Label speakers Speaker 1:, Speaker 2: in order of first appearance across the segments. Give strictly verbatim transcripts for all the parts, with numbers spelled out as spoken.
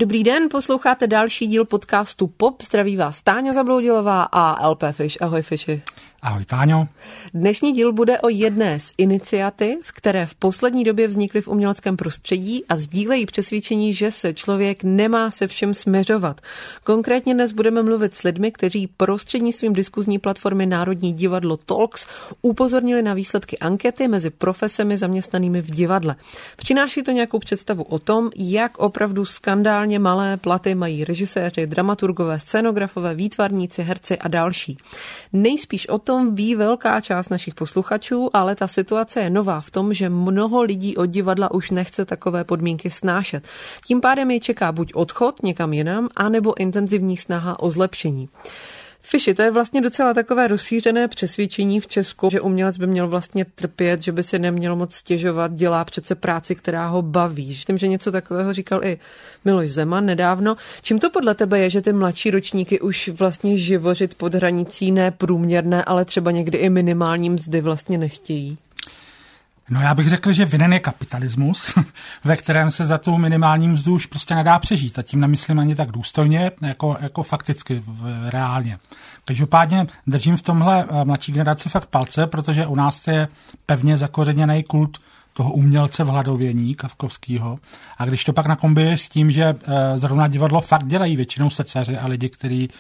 Speaker 1: Dobrý den, posloucháte další díl podcastu Pop. Zdraví vás Táňa Zabloudilová a L P Fish. Ahoj Fishi.
Speaker 2: Ahoj Táňo.
Speaker 1: Dnešní díl bude o jedné z iniciativ, které v poslední době vznikly v uměleckém prostředí a sdílejí přesvědčení, že se člověk nemá se všem směřovat. Konkrétně dnes budeme mluvit s lidmi, kteří prostřednictvím diskuzní platformy Národní divadlo Talks upozornili na výsledky ankety mezi profesemi zaměstnanými v divadle. Přináší to nějakou představu o tom, jak opravdu skandálně malé platy mají režiséři, dramaturgové, scénografové, výtvarníci, herci a další. Nejspíš o tom ví velká část našich posluchačů, ale ta situace je nová v tom, že mnoho lidí od divadla už nechce takové podmínky snášet. Tím pádem je čeká buď odchod někam jinam, anebo intenzivní snaha o zlepšení. Fiši, to je vlastně docela takové rozšířené přesvědčení v Česku, že umělec by měl vlastně trpět, že by si neměl moc stěžovat, dělá přece práci, která ho baví. Tím, že něco takového říkal i Miloš Zeman nedávno. Čím to podle tebe je, že ty mladší ročníky už vlastně živořit pod hranicí ne průměrné, ale třeba někdy i minimální mzdy vlastně nechtějí?
Speaker 2: No já bych řekl, že vinen je kapitalismus, ve kterém se za tu minimální mzdu už prostě nedá přežít. A tím nemyslím ani tak důstojně, jako, jako fakticky, v, reálně. Každopádně držím v tomhle mladší generaci fakt palce, protože u nás je pevně zakořeněný kult toho umělce v hladovění Kafkovskýho. A když to pak nakombinuješ s tím, že e, zrovna divadlo fakt dělají většinou srdcaři a lidi, kteří e,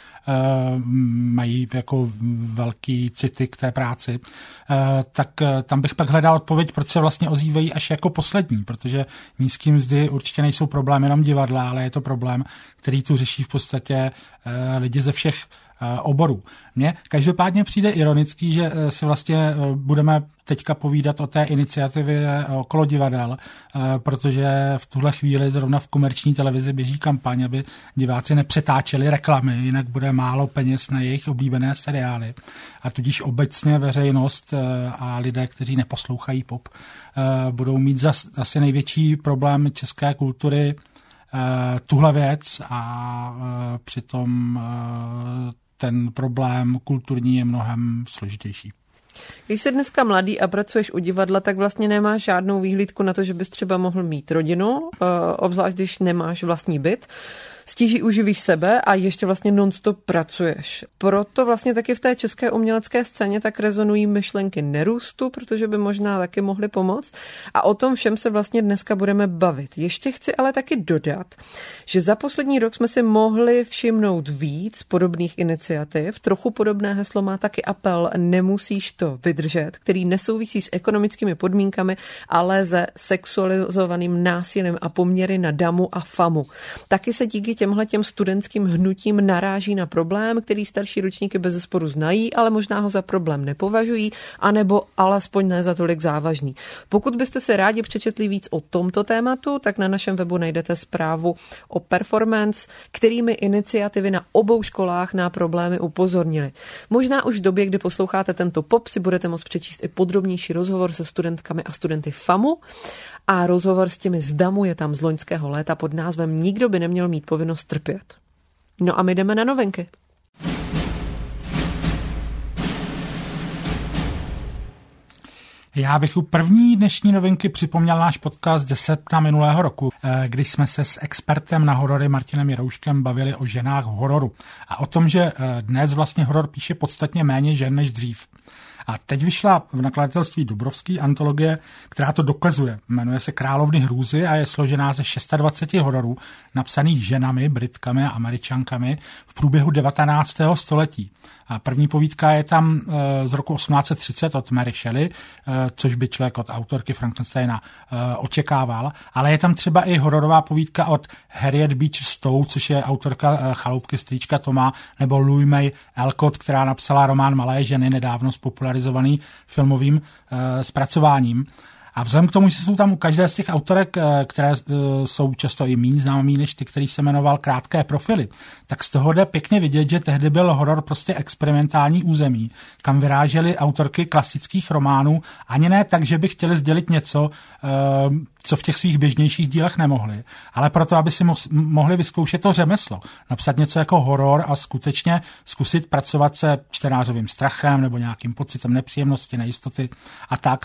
Speaker 2: mají jako velký city k té práci, e, tak e, tam bych pak hledal odpověď, proč se vlastně ozývají až jako poslední, protože nízký mzdy určitě nejsou problém jenom divadla, ale je to problém, který tu řeší v podstatě e, lidi ze všech oborů. Mně každopádně přijde ironický, že si vlastně budeme teďka povídat o té iniciativě okolo divadel, protože v tuhle chvíli zrovna v komerční televizi běží kampaň, aby diváci nepřetáčeli reklamy, jinak bude málo peněz na jejich oblíbené seriály. A tudíž obecně veřejnost a lidé, kteří neposlouchají pop, budou mít zas, asi největší problém české kultury tuhle věc a přitom ten problém kulturní je mnohem složitější.
Speaker 1: Když jsi dneska mladý a pracuješ u divadla, tak vlastně nemáš žádnou výhlídku na to, že bys třeba mohl mít rodinu, obzvlášť když nemáš vlastní byt. Stíží uživíš sebe a ještě vlastně non-stop pracuješ. Proto vlastně taky v té české umělecké scéně tak rezonují myšlenky nerůstu, protože by možná taky mohly pomoct. A o tom všem se vlastně dneska budeme bavit. Ještě chci ale taky dodat, že za poslední rok jsme si mohli všimnout víc podobných iniciativ. Trochu podobné heslo má taky apel Nemusíš to vydržet, který nesouvisí s ekonomickými podmínkami, ale se sexualizovaným násilím a poměry na damu a famu. Taky se díky těmhletěm studentským hnutím naráží na problém, který starší ročníky bezesporu znají, ale možná ho za problém nepovažují, anebo alespoň ne za tolik závažný. Pokud byste se rádi přečetli víc o tomto tématu, tak na našem webu najdete zprávu o performance, kterými iniciativy na obou školách na problémy upozornili. Možná už v době, kdy posloucháte tento pop, si budete moct přečíst i podrobnější rozhovor se studentkami a studenty FAMu. A rozhovor s těmi z Damu je tam z loňského léta pod názvem Nikdo by neměl mít povinnost trpět. No a my jdeme na novinky.
Speaker 2: Já bych u první dnešní novinky připomněl náš podcast ze srpna minulého roku, kdy jsme se s expertem na horory Martinem Jirouškem bavili o ženách v hororu a o tom, že dnes vlastně horor píše podstatně méně žen než dřív. A teď vyšla v nakladatelství Dubrovský antologie, která to dokazuje. Jmenuje se Královny hrůzy a je složená ze dvacet šest hororů, napsaných ženami, Britkami a Američankami v průběhu devatenáctého století. A první povídka je tam z roku osmnáct set třicet od Mary Shelley, což by člověk od autorky Frankensteina očekával, ale je tam třeba i hororová povídka od Harriet Beecher Stowe, což je autorka Chaloupky strýčka Toma, nebo Louise May Alcott, která napsala román Malé ženy, nedávno spopularizovaný filmovým zpracováním. A vzhledem k tomu, že jsou tam u každé z těch autorek, které jsou často i méně známý než ty, který se jmenoval Krátké profily, tak z toho jde pěkně vidět, že tehdy byl horor prostě experimentální území, kam vyrážely autorky klasických románů, ani ne tak, že by chtěli sdělit něco, co v těch svých běžnějších dílech nemohli, ale proto, aby si mohli vyzkoušet to řemeslo, napsat něco jako horor a skutečně zkusit pracovat se čtenářovým strachem nebo nějakým pocitem nepříjemnosti, nejistoty a tak.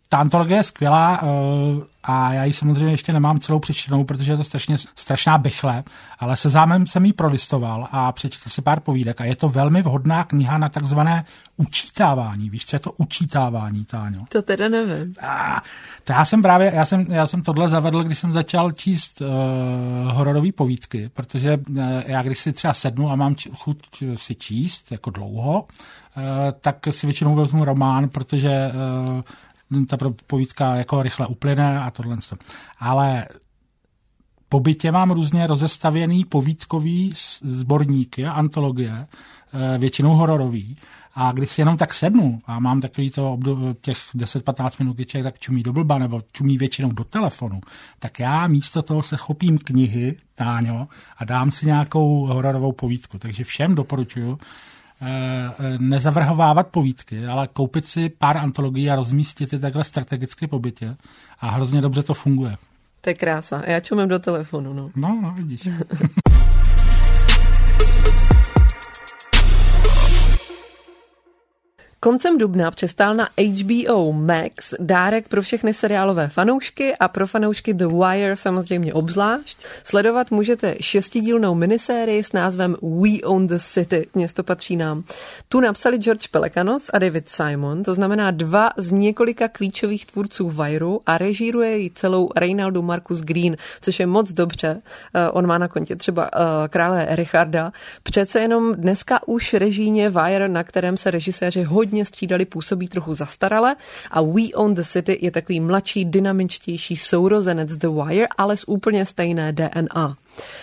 Speaker 2: ta antologie je skvělá a já ji samozřejmě ještě nemám celou přečtenou, protože je to strašně, strašná bychle, ale se zájmem jsem ji prolistoval a přečetl si pár povídek a je to velmi vhodná kniha na takzvané učítávání. Víš, co je to učítávání, Táňo?
Speaker 1: To teda nevím.
Speaker 2: A, to já jsem právě, já jsem, já jsem tohle zavedl, když jsem začal číst uh, hororové povídky, protože uh, já když si třeba sednu a mám č- chuť si číst jako dlouho, uh, tak si většinou vezmu román, protože uh, ta povídka jako rychle uplyne a tohle. Ale po bytě mám různě rozestavěný povídkový sborníky a antologie, většinou hororový. A když si jenom tak sednu a mám takový to obdob, těch deset patnáct minut, kdy člověk tak čumí do blba nebo čumí většinou do telefonu, tak já místo toho se chopím knihy, Táňo, a dám si nějakou hororovou povídku. Takže všem doporučuju nezavrhovávat povídky, ale koupit si pár antologií a rozmístit je takhle strategicky po bytě a hrozně dobře to funguje.
Speaker 1: To je krása. Já čumím do telefonu, no.
Speaker 2: No, no, vidíš.
Speaker 1: Koncem dubna přistál na H B O Max dárek pro všechny seriálové fanoušky a pro fanoušky The Wire samozřejmě obzvlášť. Sledovat můžete šestidílnou minisérii s názvem We Own the City, město patří nám. Tu napsali George Pelecanos a David Simon, to znamená dva z několika klíčových tvůrců Wireu a režíruje ji celou Reynaldo Marcus Green, což je moc dobře. On má na kontě třeba krále Richarda. Přece jenom dneska už režíně Wire, na kterém se režiséři hodně střídali, působí trochu zastarale a We Own the City je takový mladší, dynamičtější sourozenec The Wire, ale z úplně stejné D N A.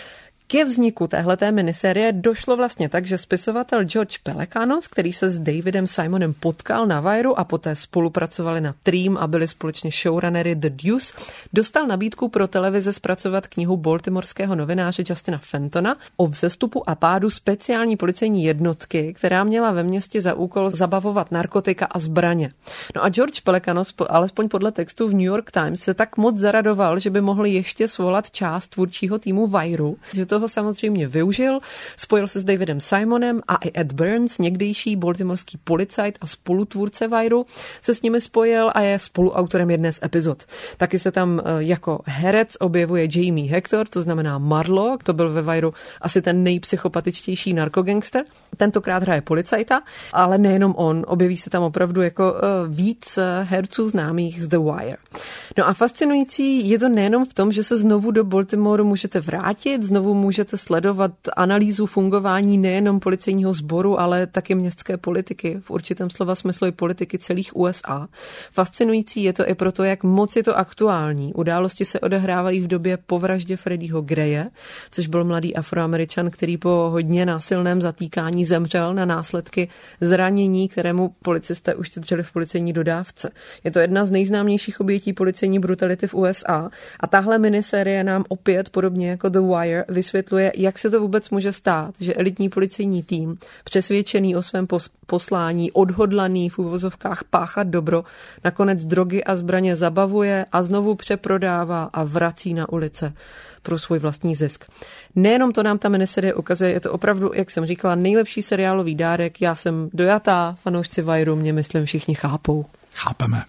Speaker 1: Ke vzniku téhleté minisérie došlo vlastně tak, že spisovatel George Pelecanos, který se s Davidem Simonem potkal na Wireu a poté spolupracovali na Treem a byli společně showrunnery The Deuce, dostal nabídku pro televize zpracovat knihu baltimorského novináře Justina Fentona o vzestupu a pádu speciální policejní jednotky, která měla ve městě za úkol zabavovat narkotika a zbraně. No a George Pelecanos, alespoň podle textu v New York Times, se tak moc zaradoval, že by mohl ještě svolat část tvůrčího týmu Wireu, že to ho samozřejmě využil, spojil se s Davidem Simonem a i Ed Burns, někdejší baltimorský policajt a spolutvůrce Wireu, se s nimi spojil a je spoluautorem jedné z epizod. Taky se tam jako herec objevuje Jamie Hector, to znamená Marlowe, to byl ve Wireu asi ten nejpsychopatičtější narkogangster. Tentokrát hraje policajta, ale nejenom on, objeví se tam opravdu jako víc herců známých z The Wire. No a fascinující je to nejenom v tom, že se znovu do Baltimoru můžete vrátit, znovu můžete sledovat analýzu fungování nejenom policejního sboru, ale taky městské politiky, v určitém slova smyslu i politiky celých U S A. Fascinující je to i proto, jak moc je to aktuální. Události se odehrávají v době po vraždě Freddieho Greje, což byl mladý Afroameričan, který po hodně násilném zatýkání zemřel na následky zranění, kterému policisté uštědřili v policejní dodávce. Je to jedna z nejznámějších obětí policejní brutality v U S A a tahle minisérie nám opět, podobně jako The Wire, vysvětluje, jak se to vůbec může stát, že elitní policejní tým, přesvědčený o svém poslání, odhodlaný v uvozovkách páchat dobro, nakonec drogy a zbraně zabavuje a znovu přeprodává a vrací na ulice pro svůj vlastní zisk. Nejenom to nám ta miniserie ukazuje, je to opravdu, jak jsem říkala, nejlepší seriálový dárek. Já jsem dojatá, fanoušci Wireu mě, myslím, všichni chápou.
Speaker 2: Chápeme.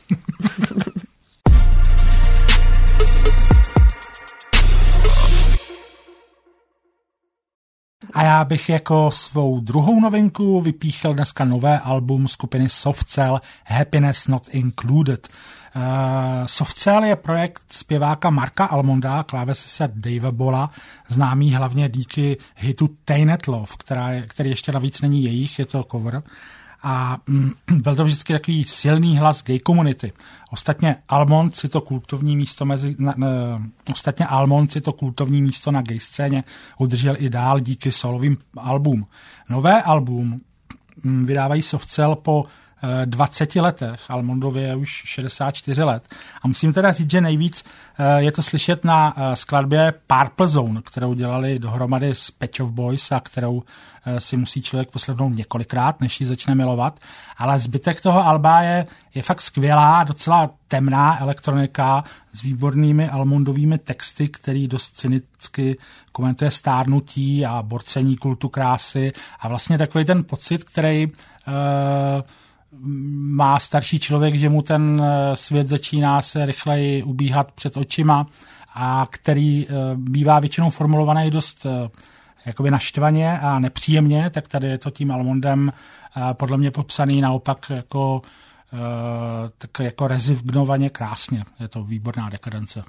Speaker 2: A já bych jako svou druhou novinku vypíchl dneska nové album skupiny Soft Cell Happiness Not Included. Uh, Soft Cell je projekt zpěváka Marka Almonda, klávesise Dave Bolla, známý hlavně díky hitu Tainted Love, která je, který ještě navíc není jejich, je to cover. A mm, byl to vždycky takový silný hlas gay komunity. Ostatně Almond si to kultovní místo mezi, na, ne, ostatně Almond si to kultovní místo na gay scéně udržel i dál díky solovým album. Nové album mm, vydávají Soft Cell po e, dvaceti letech. Almondovi je už šedesát čtyři let. A musím teda říct, že nejvíc e, je to slyšet na e, skladbě Purple Zone, kterou dělali dohromady s Pet Shop Boys a kterou si musí člověk poslechnout několikrát, než ji začne milovat, ale zbytek toho alba je, je fakt skvělá, docela temná elektronika s výbornými Almondovými texty, který dost cynicky komentuje stárnutí a borcení kultu krásy a vlastně takový ten pocit, který uh, má starší člověk, že mu ten svět začíná se rychleji ubíhat před očima a který bývá většinou formulovaný dost jakoby naštvaně a nepříjemně, tak tady je to tím Almondem podle mě popsaný naopak jako, tak jako rezignovaně krásně. Je to výborná dekadence.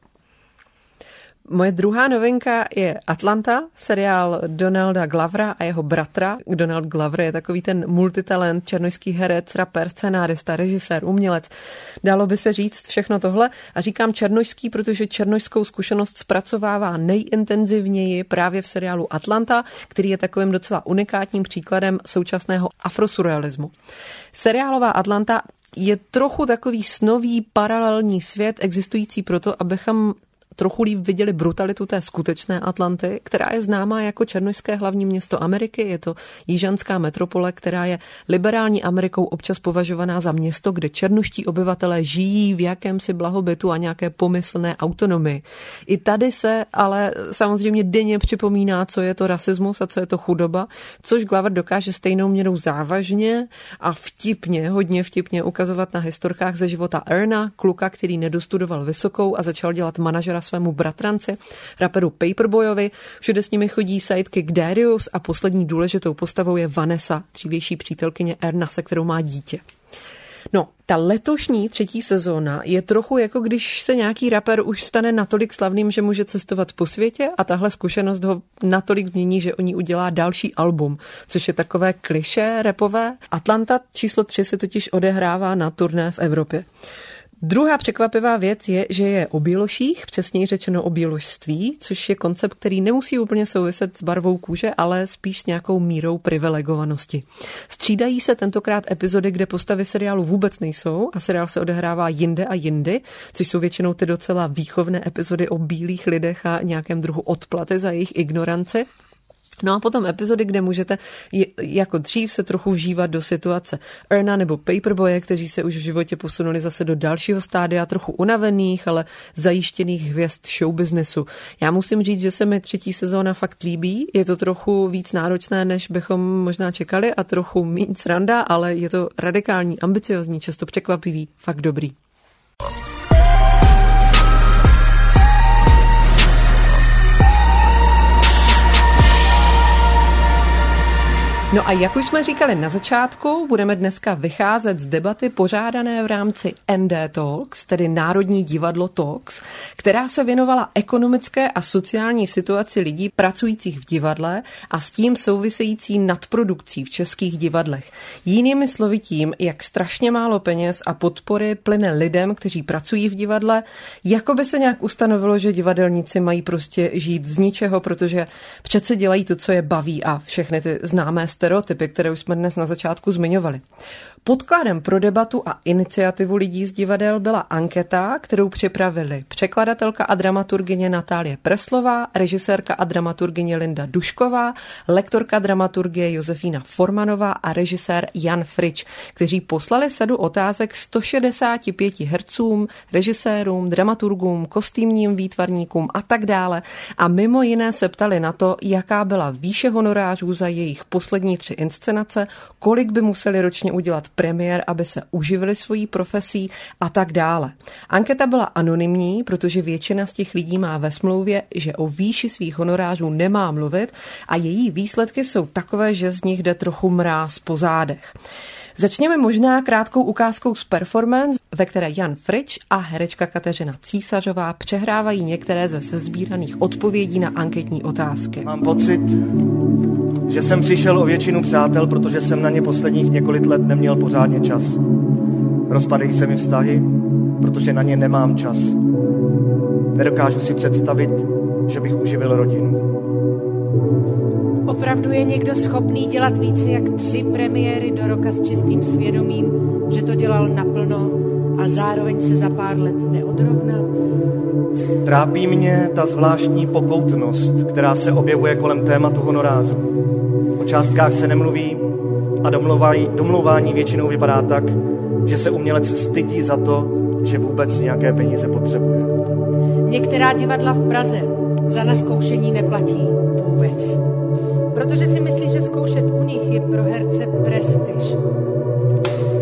Speaker 1: Moje druhá novinka je Atlanta, seriál Donalda Glovera a jeho bratra. Donald Glover je takový ten multitalent, černošský herec, rapper, scenárista, režisér, umělec. Dalo by se říct všechno tohle. A říkám černošský, protože černošskou zkušenost zpracovává nejintenzivněji právě v seriálu Atlanta, který je takovým docela unikátním příkladem současného afrosurrealismu. Seriálová Atlanta je trochu takový snový paralelní svět existující proto, abychom trochu líp viděli brutalitu té skutečné Atlanty, která je známá jako černošské hlavní město Ameriky. Je to jižanská metropole, která je liberální Amerikou občas považovaná za město, kde černoští obyvatelé žijí v jakémsi blahobytu a nějaké pomyslné autonomii. I tady se ale samozřejmě denně připomíná, co je to rasismus a co je to chudoba, což Glover dokáže stejnou měrou závažně a vtipně, hodně vtipně ukazovat na historkách ze života Erna, kluka, který nedostudoval vysokou a začal dělat manažera svému bratranci, raperu Paperboyovi. Všude s nimi chodí sidekick Darius a poslední důležitou postavou je Vanessa, dřívější přítelkyně Erna, se kterou má dítě. No, ta letošní třetí sezóna je trochu jako když se nějaký rapper už stane natolik slavným, že může cestovat po světě a tahle zkušenost ho natolik změní, že o ní udělá další album, což je takové klišé rapové. Atlanta číslo tři se totiž odehrává na turné v Evropě. Druhá překvapivá věc je, že je o běloších, přesněji řečeno o běložství, což je koncept, který nemusí úplně souviset s barvou kůže, ale spíš s nějakou mírou privilegovanosti. Střídají se tentokrát epizody, kde postavy seriálu vůbec nejsou a seriál se odehrává jinde a jindy, což jsou většinou ty docela výchovné epizody o bílých lidech a nějakém druhu odplaty za jejich ignoranci. No a potom epizody, kde můžete jako dřív se trochu vžívat do situace Erna nebo Paperboye, kteří se už v životě posunuli zase do dalšího stádia, trochu unavených, ale zajištěných hvězd showbiznesu. Já musím říct, že se mi třetí sezóna fakt líbí. Je to trochu víc náročné, než bychom možná čekali a trochu méně sranda, ale je to radikální, ambiciozní, často překvapivý, fakt dobrý. No a jak už jsme říkali na začátku, budeme dneska vycházet z debaty pořádané v rámci N D Talks, tedy Národní divadlo Talks, která se věnovala ekonomické a sociální situaci lidí pracujících v divadle a s tím související nadprodukcí v českých divadlech. Jinými slovy tím, jak strašně málo peněz a podpory plyne lidem, kteří pracují v divadle, jako by se nějak ustanovilo, že divadelníci mají prostě žít z ničeho, protože přece dělají to, co je baví a všechny ty známé stereotypy, které už jsme dnes na začátku zmiňovali. Podkladem pro debatu a iniciativu lidí z divadel byla anketa, kterou připravili překladatelka a dramaturgyně Natálie Preslová, režisérka a dramaturgyně Linda Dušková, lektorka dramaturgie Josefína Formanová a režisér Jan Frič, kteří poslali sadu otázek sto šedesáti pěti hercům, režisérům, dramaturgům, kostýmním výtvarníkům a tak dále a mimo jiné se ptali na to, jaká byla výše honorářů za jejich poslední tři inscenace, kolik by museli ročně udělat premiér, aby se uživili svojí profesí a tak dále. Anketa byla anonymní, protože většina z těch lidí má ve smlouvě, že o výši svých honorářů nemá mluvit a její výsledky jsou takové, že z nich jde trochu mráz po zádech. Začněme možná krátkou ukázkou z performance, ve které Jan Frič a herečka Kateřina Císařová přehrávají některé ze sesbíraných odpovědí na anketní otázky.
Speaker 3: Mám pocit, že jsem přišel o většinu přátel, protože jsem na ně posledních několik let neměl pořádně čas. Rozpadají se mi vztahy, protože na ně nemám čas. Nedokážu si představit, že bych uživil rodinu.
Speaker 4: Opravdu je někdo schopný dělat více jak tři premiéry do roka s čistým svědomím, že to dělal naplno a zároveň se za pár let neodrovnat?
Speaker 3: Trápí mě ta zvláštní pokoutnost, která se objevuje kolem tématu honorářů. O částkách se nemluví a domlouvání většinou vypadá tak, že se umělec stydí za to, že vůbec nějaké peníze potřebuje.
Speaker 4: Některá divadla v Praze za naskoušení neplatí vůbec. Protože si myslí, že zkoušet u nich je pro herce prestiž.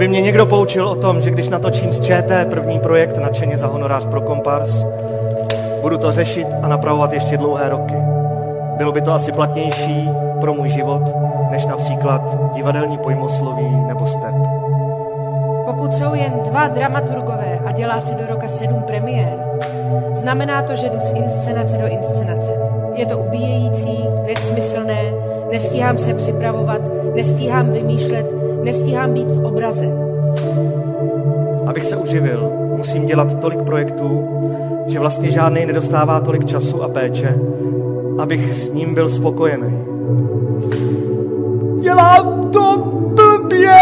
Speaker 3: Kdyby mě někdo poučil o tom, že když natočím z ČT první projekt nadšeně za honorář pro Kompars, budu to řešit a napravovat ještě dlouhé roky. Bylo by to asi platnější pro můj život, než například divadelní pojmosloví nebo step.
Speaker 4: Pokud jsou jen dva dramaturgové a dělá si do roka sedm premiér, znamená to, že jdu z inscenace do inscenace. Je to ubíjející, nesmyslné, nestíhám se připravovat, nestíhám vymýšlet, nestíhám být v obraze.
Speaker 3: Abych se uživil, musím dělat tolik projektů, že vlastně žádnej nedostává tolik času a péče, abych s ním byl spokojený. Dělám to blbě!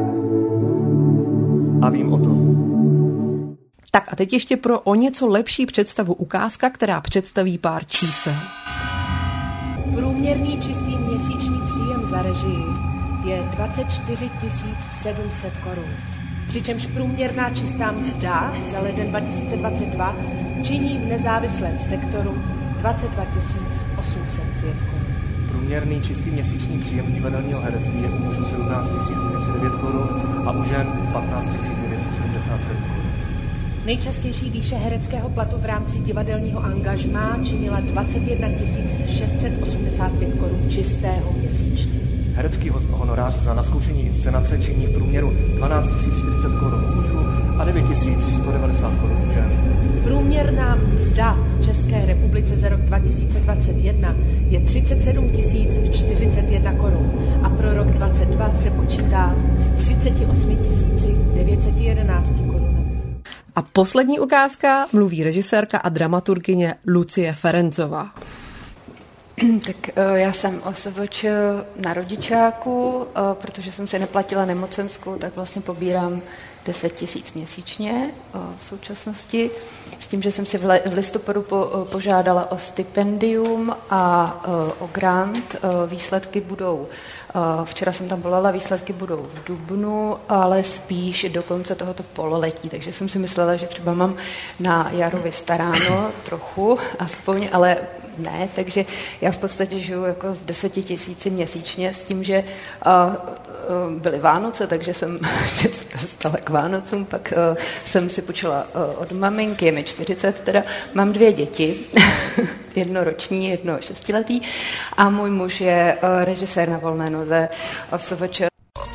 Speaker 3: A vím o tom.
Speaker 1: Tak a teď ještě pro o něco lepší představu ukázka, která představí pár čísel.
Speaker 4: Průměrný čistý měsíční příjem za režii je dvacet čtyři tisíc sedm set korun. Přičemž průměrná čistá mzda za leden dva tisíce dvacet dva činí v nezávislém sektoru dvacet dva tisíc osm set pět korun.
Speaker 3: Průměrný čistý měsíční příjem z divadelního herectví je u mužů sedmnáct tisíc devět set devět korun a u žen patnáct tisíc devět set sedmdesát sedm korun.
Speaker 4: Nejčastější výše hereckého platu v rámci divadelního angažmá činila dvacet jedna tisíc šest set osmdesát pět korun čistého měsíčně.
Speaker 3: Herecký honorář za nazkoušení inscenace činí v průměru dvanáct tisíc čtyřicet korun u mužů a devět tisíc sto devadesát korun u žen.
Speaker 4: Průměrná mzda v České republice za rok dva tisíce dvacet jedna je třicet sedm tisíc čtyřicet jedna korun a pro rok dvacet dva se počítá z třicet osm tisíc devět set jedenáct korun.
Speaker 1: A poslední ukázka mluví režisérka a dramaturgyně Lucie Ferencová.
Speaker 5: Tak já jsem O S V Č na rodičáku, protože jsem si neplatila nemocenskou, tak vlastně pobírám deset tisíc měsíčně v současnosti. S tím, že jsem si v listopadu po, požádala o stipendium a o grant. Výsledky budou, včera jsem tam volala, výsledky budou v dubnu, ale spíš do konce tohoto pololetí. Takže jsem si myslela, že třeba mám na jaro vystaráno trochu, aspoň, ale ne, takže já v podstatě žiju jako z deseti tisíci měsíčně s tím, že uh, uh, byly Vánoce, takže jsem dostala k Vánocům, pak uh, jsem si počula uh, od maminky, je mi čtyřicet teda, mám dvě děti, jednoroční, jedno šestiletý a můj muž je uh, režisér na volné noze O S V Č.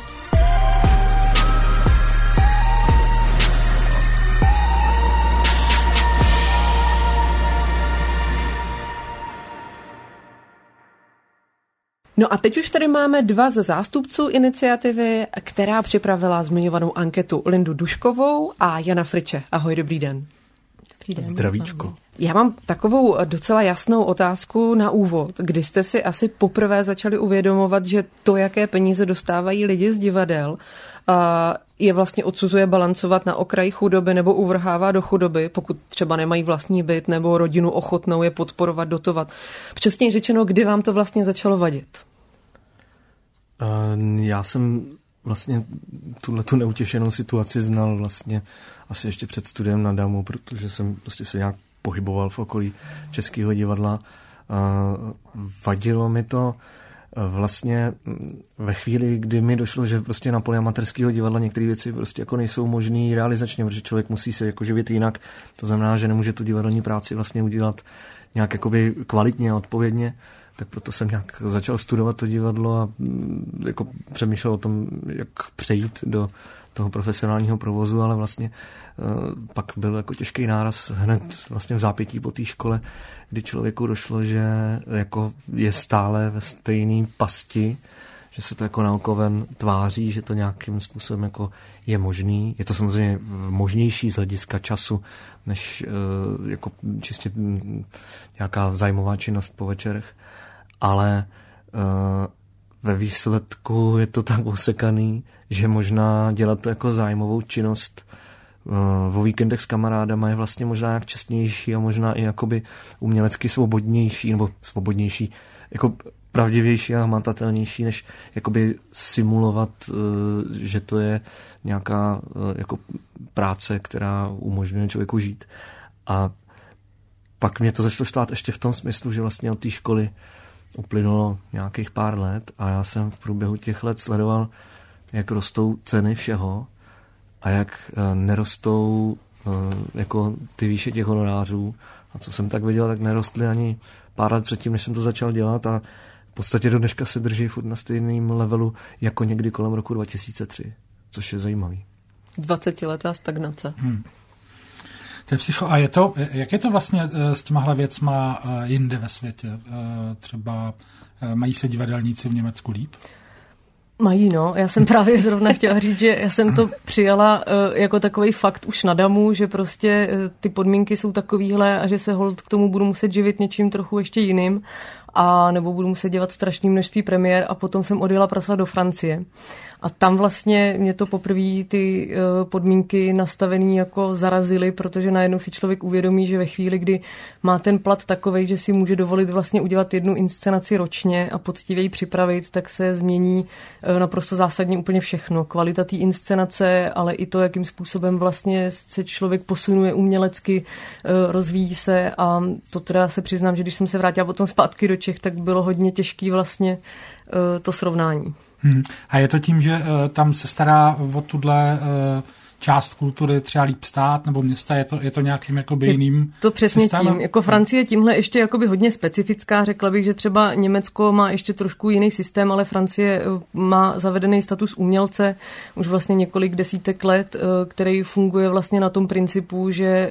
Speaker 1: No a teď už tady máme dva ze zástupců iniciativy, která připravila zmiňovanou anketu, Lindu Duškovou a Jana Friče. Ahoj, dobrý den.
Speaker 6: Dobrý den. Zdravíčko.
Speaker 1: Já mám takovou docela jasnou otázku na úvod. Kdy jste si asi poprvé začali uvědomovat, že to, jaké peníze dostávají lidi z divadel, je vlastně odsuzuje balancovat na okraji chudoby nebo uvrhává do chudoby, pokud třeba nemají vlastní byt nebo rodinu ochotnou je podporovat, dotovat. Přesně řečeno, kdy vám to vlastně začalo vadit?
Speaker 6: Já jsem vlastně tuhletu neutěšenou situaci znal vlastně asi ještě před studiem na DAMu, protože jsem prostě se nějak pohyboval v okolí Českého divadla. Vadilo mi to vlastně ve chvíli, kdy mi došlo, že prostě na poli amatérského divadla některé věci prostě jako nejsou možný realizačně, protože člověk musí se jako živit jinak. To znamená, že nemůže tu divadelní práci vlastně udělat nějak jakoby kvalitně a odpovědně. Tak proto jsem nějak začal studovat to divadlo a jako přemýšlel o tom, jak přejít do toho profesionálního provozu, ale vlastně uh, pak byl jako těžký náraz hned vlastně v zápětí po té škole, kdy člověku došlo, že jako je stále ve stejné pasti, že se to jako na oko ven tváří, že to nějakým způsobem jako je možný. Je to samozřejmě možnější z hlediska času, než uh, jako čistě nějaká zájmová činnost po večerech, ale uh, ve výsledku je to tak osekaný, že možná dělat to jako zájmovou činnost uh, o víkendech s kamarádama je vlastně možná jak čestnější a možná i jakoby umělecky svobodnější, nebo svobodnější, jako pravdivější a hmatatelnější, než jakoby simulovat, uh, že to je nějaká uh, jako práce, která umožňuje člověku žít. A pak mě to začalo štát ještě v tom smyslu, že vlastně od té školy uplynulo nějakých pár let a já jsem v průběhu těch let sledoval, jak rostou ceny všeho a jak nerostou jako ty výše těch honorářů. A co jsem tak viděl, tak nerostly ani pár let předtím, než jsem to začal dělat a v podstatě do dneška se drží furt na stejném levelu jako někdy kolem roku dva tisíce tři, což je zajímavý.
Speaker 1: dvacetiletá stagnace. Hmm.
Speaker 2: To je psycho. A je to, jak je to vlastně s těmahle věcma jinde ve světě? Třeba mají se divadelníci v Německu líp?
Speaker 7: Mají, no. Já jsem právě zrovna chtěla říct, že já jsem to přijala uh, jako takovej fakt už na damu, že prostě uh, ty podmínky jsou takovýhle a že se holt k tomu budu muset živit něčím trochu ještě jiným a nebo budu muset dělat strašné množství premiér a potom jsem odjela pracovat do Francie. A tam vlastně mě to poprvé ty uh, podmínky nastavený jako zarazily, protože najednou si člověk uvědomí, že ve chvíli, kdy má ten plat takovej, že si může dovolit vlastně udělat jednu inscenaci ročně a poctivě ji připravit, tak se změní uh, naprosto zásadně úplně všechno. Kvalita té inscenace, ale i to, jakým způsobem vlastně se člověk posunuje umělecky, uh, rozvíjí se a to teda se přiznám, že když jsem se vrátila potom zpátky do Čech, tak bylo hodně těžký vlastně uh, to srovnání.
Speaker 2: Hmm. A je to tím, že uh, tam se stará o tuhle uh, část kultury třeba líp stát nebo města, je to, je to nějakým jakoby jiným
Speaker 7: je to přesně
Speaker 2: systémem?
Speaker 7: Tím. Jako Francie je tímhle ještě jakoby hodně specifická. Řekla bych, že třeba Německo má ještě trošku jiný systém, ale Francie má zavedený status umělce už vlastně několik desítek let, který funguje vlastně na tom principu, že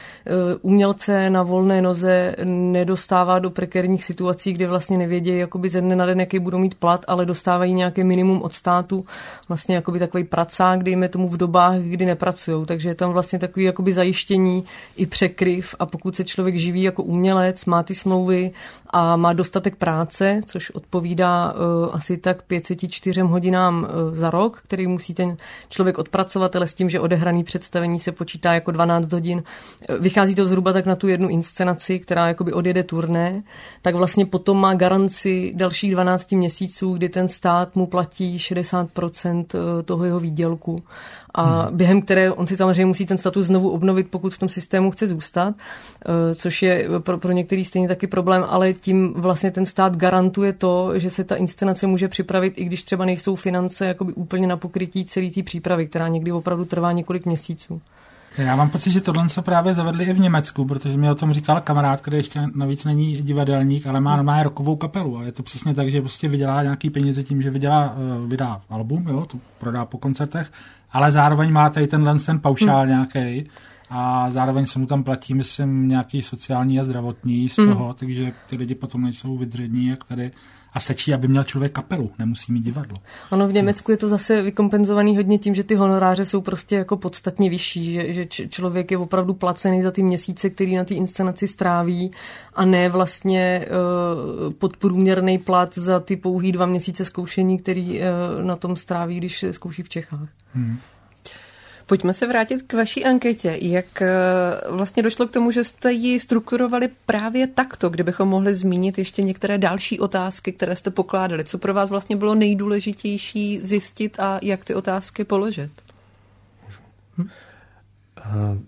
Speaker 7: umělce na volné noze nedostává do prekérních situací, kde vlastně nevědějí jakoby ze dne na den, jaký budou mít plat, ale dostávají nějaké minimum od státu. Vlastně jakoby takový pracák, dejme tomu v dobách, kdy nepracujou, takže je tam vlastně takový jakoby zajištění i překryv a pokud se člověk živí jako umělec, má ty smlouvy a má dostatek práce, což odpovídá uh, asi tak pět set čtyři hodinám uh, za rok, který musí ten člověk odpracovat, ale s tím, že odehraný představení se počítá jako dvanáct hodin. Vychází to zhruba tak na tu jednu inscenaci, která jakoby odjede turné, tak vlastně potom má garanci dalších dvanáct měsíců, kdy ten stát mu platí šedesát procent toho jeho výdělku. A hmm. během které on si samozřejmě musí ten status znovu obnovit, pokud v tom systému chce zůstat, což je pro, pro některý stejně taky problém, ale tím vlastně ten stát garantuje to, že se ta inscenace může připravit, i když třeba nejsou finance jakoby úplně na pokrytí celé té přípravy, která někdy opravdu trvá několik měsíců.
Speaker 2: Já mám pocit, že tohle se právě zavedli i v Německu, protože mi o tom říkal kamarád, který ještě navíc není divadelník, ale má normálně rockovou kapelu a je to přesně tak, že prostě vydělá nějaký peníze tím, že vydělá, vydá album, jo, tu prodá po koncertech, ale zároveň má tady tenhle ten paušál hmm. nějaký a zároveň se mu tam platí, myslím, nějaký sociální a zdravotní z toho, hmm. takže ty lidi potom nejsou vydřední, jak tady. A stačí, aby měl člověk kapelu, nemusí mít divadlo.
Speaker 7: Ono v Německu je to zase vykompenzovaný hodně tím, že ty honoráře jsou prostě jako podstatně vyšší, že, že člověk je opravdu placený za ty měsíce, který na té inscenaci stráví a ne vlastně uh, podprůměrný plat za ty pouhý dva měsíce zkoušení, který uh, na tom stráví, když se zkouší v Čechách. Hmm.
Speaker 1: Pojďme se vrátit k vaší anketě. Jak vlastně došlo k tomu, že jste ji strukturovali právě takto, kdybychom mohli zmínit ještě některé další otázky, které jste pokládali? Co pro vás vlastně bylo nejdůležitější zjistit a jak ty otázky položit?
Speaker 6: Hm? Uh,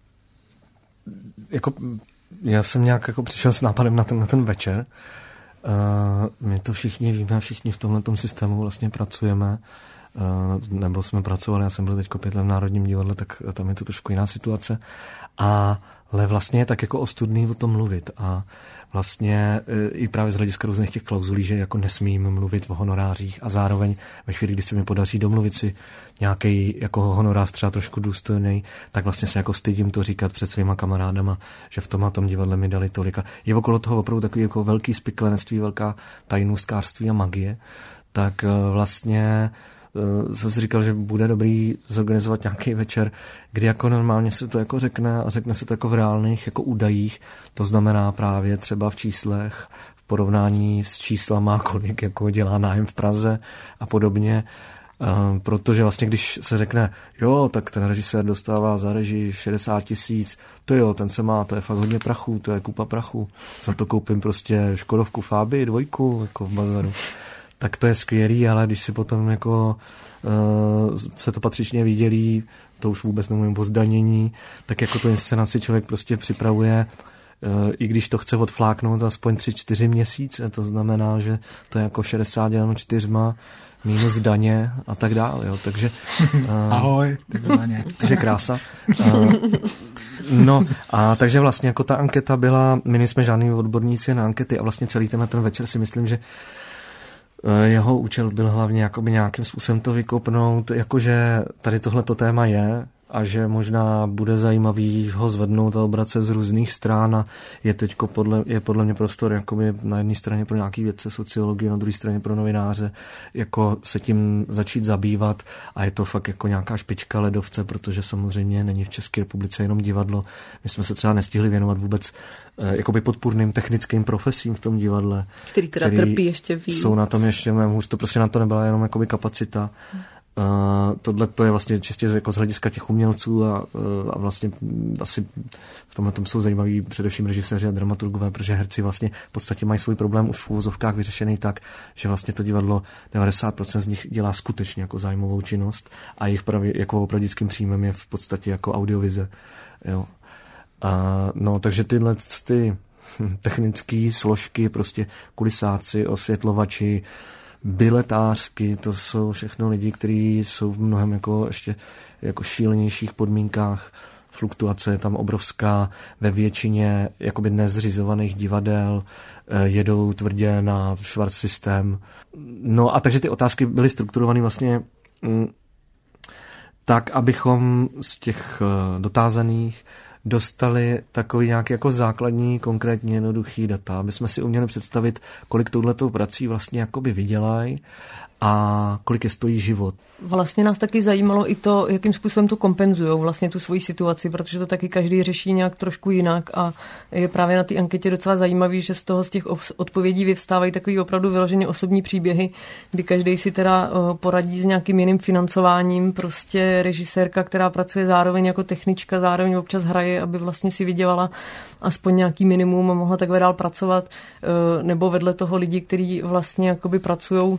Speaker 6: jako, já jsem nějak jako přišel s nápadem na ten, na ten večer. Uh, my to všichni víme, všichni v tomhletom systému vlastně pracujeme. Uh, nebo jsme pracovali, já jsem byl teď pět let v Národním divadle, tak tam je to trošku jiná situace. A, ale vlastně je tak jako ostudný o tom mluvit. A vlastně i právě z hlediska různých těch klauzulí, že jako nesmím mluvit o honorářích a zároveň ve chvíli, kdy se mi podaří domluvit si nějaký jako honorář třeba trošku důstojný, tak vlastně se jako stydím to říkat před svýma kamarádama, že v tom a tom divadle mi dali tolik. A je okolo toho opravdu takový jako velký spiklenství, velká tajnůstkářství a magie. Tak vlastně jsem si říkal, že bude dobrý zorganizovat nějaký večer, kdy jako normálně se to jako řekne a řekne se to jako v reálných jako údajích, to znamená právě třeba v číslech, v porovnání s číslama, kolik jako dělá nájem v Praze a podobně, uh, protože vlastně když se řekne, jo, tak ten režisér dostává za režii šedesát tisíc, to jo, ten se má, to je fakt hodně prachu, to je kupa prachu, za to koupím prostě Škodovku Fabii, dvojku, jako v bazaru. Tak to je skvělý, ale když si potom jako uh, se to patřičně vydělí, to už vůbec nemluvím o zdanění, tak jako to inscenaci člověk prostě připravuje i když to chce odfláknout aspoň tři čtyři měsíce, to znamená, že to je jako šedesát děláno čtyřma, minus daně a tak dále, jo, takže...
Speaker 2: Ahoj, takzvaně.
Speaker 6: Takže krása. Uh, no a takže vlastně jako ta anketa byla, my nejsme žádný odborníci na ankety a vlastně celý tenhle ten večer si myslím, že jeho účel byl hlavně jakoby nějakým způsobem to vykopnout, jakože tady tohleto téma je a že možná bude zajímavý ho zvednout a obracet z různých stran a je teďko podle, je podle mě prostor jakoby na jedné straně pro nějaký vědce sociologii, na druhé straně pro novináře, jako se tím začít zabývat a je to fakt jako nějaká špička ledovce, protože samozřejmě není v České republice jenom divadlo. My jsme se třeba nestihli věnovat vůbec eh, jakoby podpůrným technickým profesím v tom divadle.
Speaker 1: Který teda který trpí ještě víc.
Speaker 6: Jsou na tom ještě mnohem hůř, to prostě na to nebyla jenom jakoby kapacita. Hmm. Uh, tohle to je vlastně čistě jako z hlediska těch umělců a, uh, a vlastně asi v tomhle tom jsou zajímaví především režiséři a dramaturgové, protože herci vlastně v podstatě mají svůj problém už v uvozovkách vyřešený tak, že vlastně to divadlo devadesát procent z nich dělá skutečně jako zájmovou činnost a jejich pravě, jako opravdickým příjmem je v podstatě jako audiovize. Jo. Uh, no, takže tyhle ty technické složky, prostě kulisáci, osvětlovači, biletářky, to jsou všechno lidi, kteří jsou v mnohem jako ještě jako šílenějších podmínkách. Fluktuace je tam obrovská, ve většině jakoby nezřizovaných divadel, jedou tvrdě na švart systém. No a takže ty otázky byly strukturované vlastně m, tak, abychom z těch dotázaných dostali takový nějaký jako základní, konkrétní, jednoduchý data, aby jsme si uměli představit, kolik touhletou prací vlastně jakoby vydělají a kolik je stojí život.
Speaker 7: Vlastně nás taky zajímalo i to, jakým způsobem to kompenzujou vlastně tu svoji situaci, protože to taky každý řeší nějak trošku jinak a je právě na té anketě docela zajímavý, že z toho z těch odpovědí vyvstávají takový opravdu vyloženě osobní příběhy, kdy každý si teda poradí s nějakým jiným financováním, prostě režisérka, která pracuje zároveň jako technička, zároveň občas hraje, aby vlastně si vydělala aspoň nějaký minimum a mohla takhle dál pracovat, nebo vedle toho lidi, kteří vlastně jakoby pracujou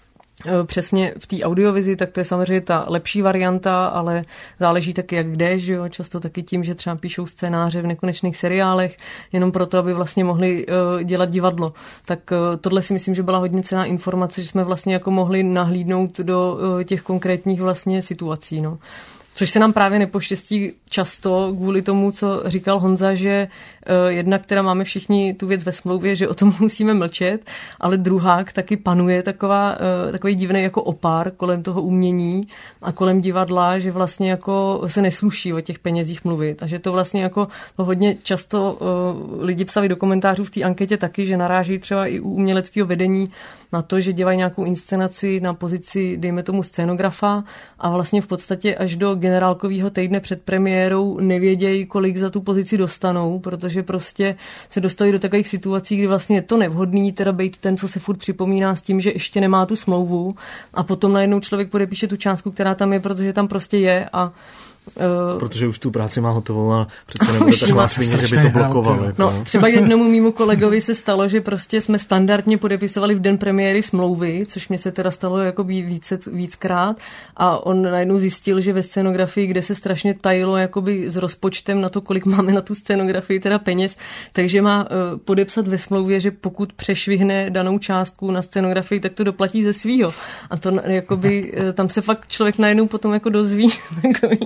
Speaker 7: přesně v té audiovizi, tak to je samozřejmě ta lepší varianta, ale záleží taky jak kde, že jo, často taky tím, že třeba píšou scénáře v nekonečných seriálech, jenom proto, aby vlastně mohli uh, dělat divadlo. Tak uh, tohle si myslím, že byla hodně cenná informace, že jsme vlastně jako mohli nahlídnout do uh, těch konkrétních vlastně situací, no. Což se nám právě nepoštěstí často kvůli tomu, co říkal Honza, že uh, jedna, která máme všichni tu věc ve smlouvě, že o tom musíme mlčet, ale druhák taky panuje taková, uh, takový divný jako opár kolem toho umění a kolem divadla, že vlastně jako se nesluší o těch penězích mluvit. A že to vlastně jako to hodně často uh, lidi psali do komentářů v té anketě taky, že naráží třeba i u uměleckého vedení na to, že dělají nějakou inscenaci na pozici, dejme tomu, scénografa a vlastně v podstatě až do generálkového týdne před premiérou nevědějí, kolik za tu pozici dostanou, protože prostě se dostali do takových situací, kdy vlastně je to nevhodný, teda být ten, co se furt připomíná s tím, že ještě nemá tu smlouvu a potom najednou člověk podepíše tu částku, která tam je, protože tam prostě je a
Speaker 6: Uh, protože už tu práci má hotovou a přece nebude taková svině, že by to blokovalo.
Speaker 7: No, no, třeba jednomu mýmu kolegovi se stalo, že prostě jsme standardně podepisovali v den premiéry smlouvy, což mě se teda stalo jako více, víckrát a on najednou zjistil, že ve scénografii, kde se strašně tajilo jakoby s rozpočtem na to, kolik máme na tu scénografii teda peněz, takže má uh, podepsat ve smlouvě, že pokud přešvihne danou částku na scénografii, tak to doplatí ze svýho. A to jakoby, uh, tam se fakt člověk najednou potom jako dozví takový.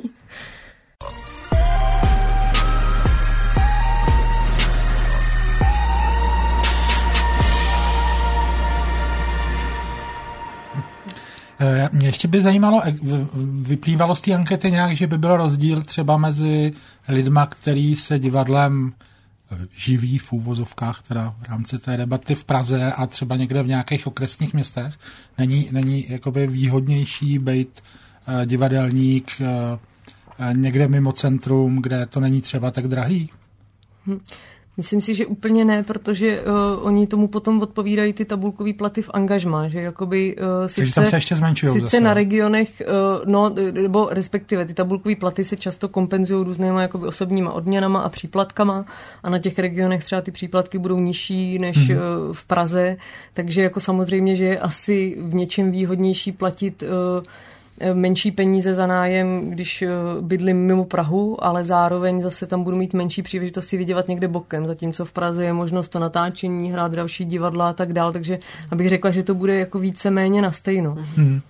Speaker 2: Mě ještě by zajímalo, vyplývalo z té ankety nějak, že by byl rozdíl třeba mezi lidma, který se divadlem živí v úvozovkách, teda v rámci té debaty v Praze a třeba někde v nějakých okresních městech. Není, není jakoby výhodnější být uh, divadelník uh, někde mimo centrum, kde to není třeba tak drahý?
Speaker 7: Hm. Myslím si, že úplně ne, protože uh, oni tomu potom odpovídají ty tabulkový platy v angažmá, že jakoby uh,
Speaker 2: sice, tam se ještě zmenšujou
Speaker 7: sice
Speaker 2: zase.
Speaker 7: Na regionech, uh, no, nebo respektive ty tabulkový platy se často kompenzují různýma jakoby osobníma odměnama a příplatkama a na těch regionech třeba ty příplatky budou nižší než mm-hmm. uh, v Praze, takže jako samozřejmě, že je asi v něčem výhodnější platit uh, menší peníze za nájem, když bydlím mimo Prahu, ale zároveň zase tam budu mít menší příležitost si vydělat někde bokem, zatímco v Praze je možnost to natáčení, hrát další divadla a tak dál, takže abych řekla, že to bude jako víceméně na stejno. Hmm.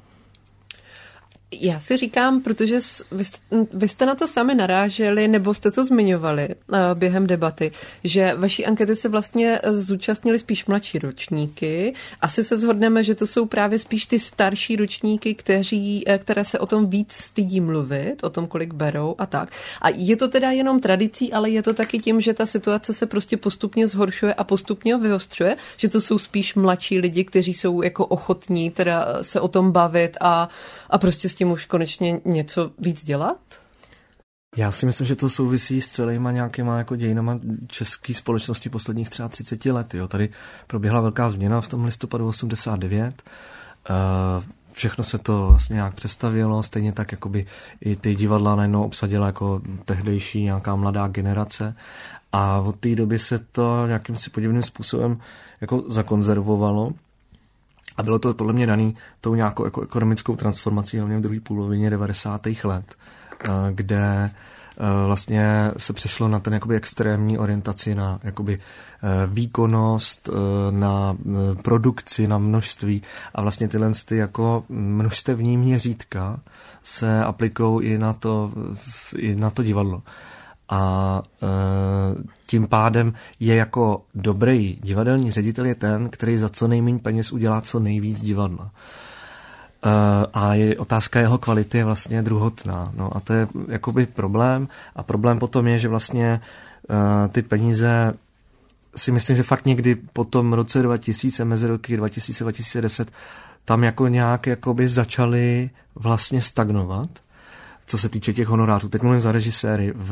Speaker 1: Já si říkám, protože vy, vy jste na to sami naráželi, nebo jste to zmiňovali uh, během debaty, že vaší ankety se vlastně zúčastnili spíš mladší ročníky. Asi se shodneme, že to jsou právě spíš ty starší ročníky, kteří, které se o tom víc stydí mluvit, o tom, kolik berou a tak. A je to teda jenom tradicí, ale je to taky tím, že ta situace se prostě postupně zhoršuje a postupně vyostřuje, že to jsou spíš mladší lidi, kteří jsou jako ochotní teda se o tom bavit a, a prostě s tím už konečně něco víc dělat?
Speaker 6: Já si myslím, že to souvisí s celýma nějakýma jako dějinama české společnosti posledních třeba třicet let. Jo. Tady proběhla velká změna v tom listopadu osmdesát devět. Všechno se to vlastně nějak přestavělo, stejně tak jakoby i ty divadla najednou obsadila jako tehdejší nějaká mladá generace. A od té doby se to nějakým si podivným způsobem jako zakonzervovalo. A bylo to podle mě daný tou nějakou jako ekonomickou transformací, hlavně v druhé polovině devadesátých let, kde vlastně se přešlo na ten jakoby extrémní orientaci na jakoby výkonnost, na produkci, na množství a vlastně tyhle ty jako množstevní měřítka se aplikují i na to, i na to divadlo. A e, tím pádem je jako dobrý divadelní ředitel je ten, který za co nejméně peněz udělá co nejvíc divadla. E, a je, otázka jeho kvality je vlastně druhotná. No a to je jakoby problém. A problém potom je, že vlastně e, ty peníze si myslím, že fakt někdy po tom roce dva tisíce, mezi roky dva tisíce a dva tisíce deset, tam jako nějak jakoby začaly vlastně stagnovat. Co se týče těch honorářů. Teď mluvím za režiséry. V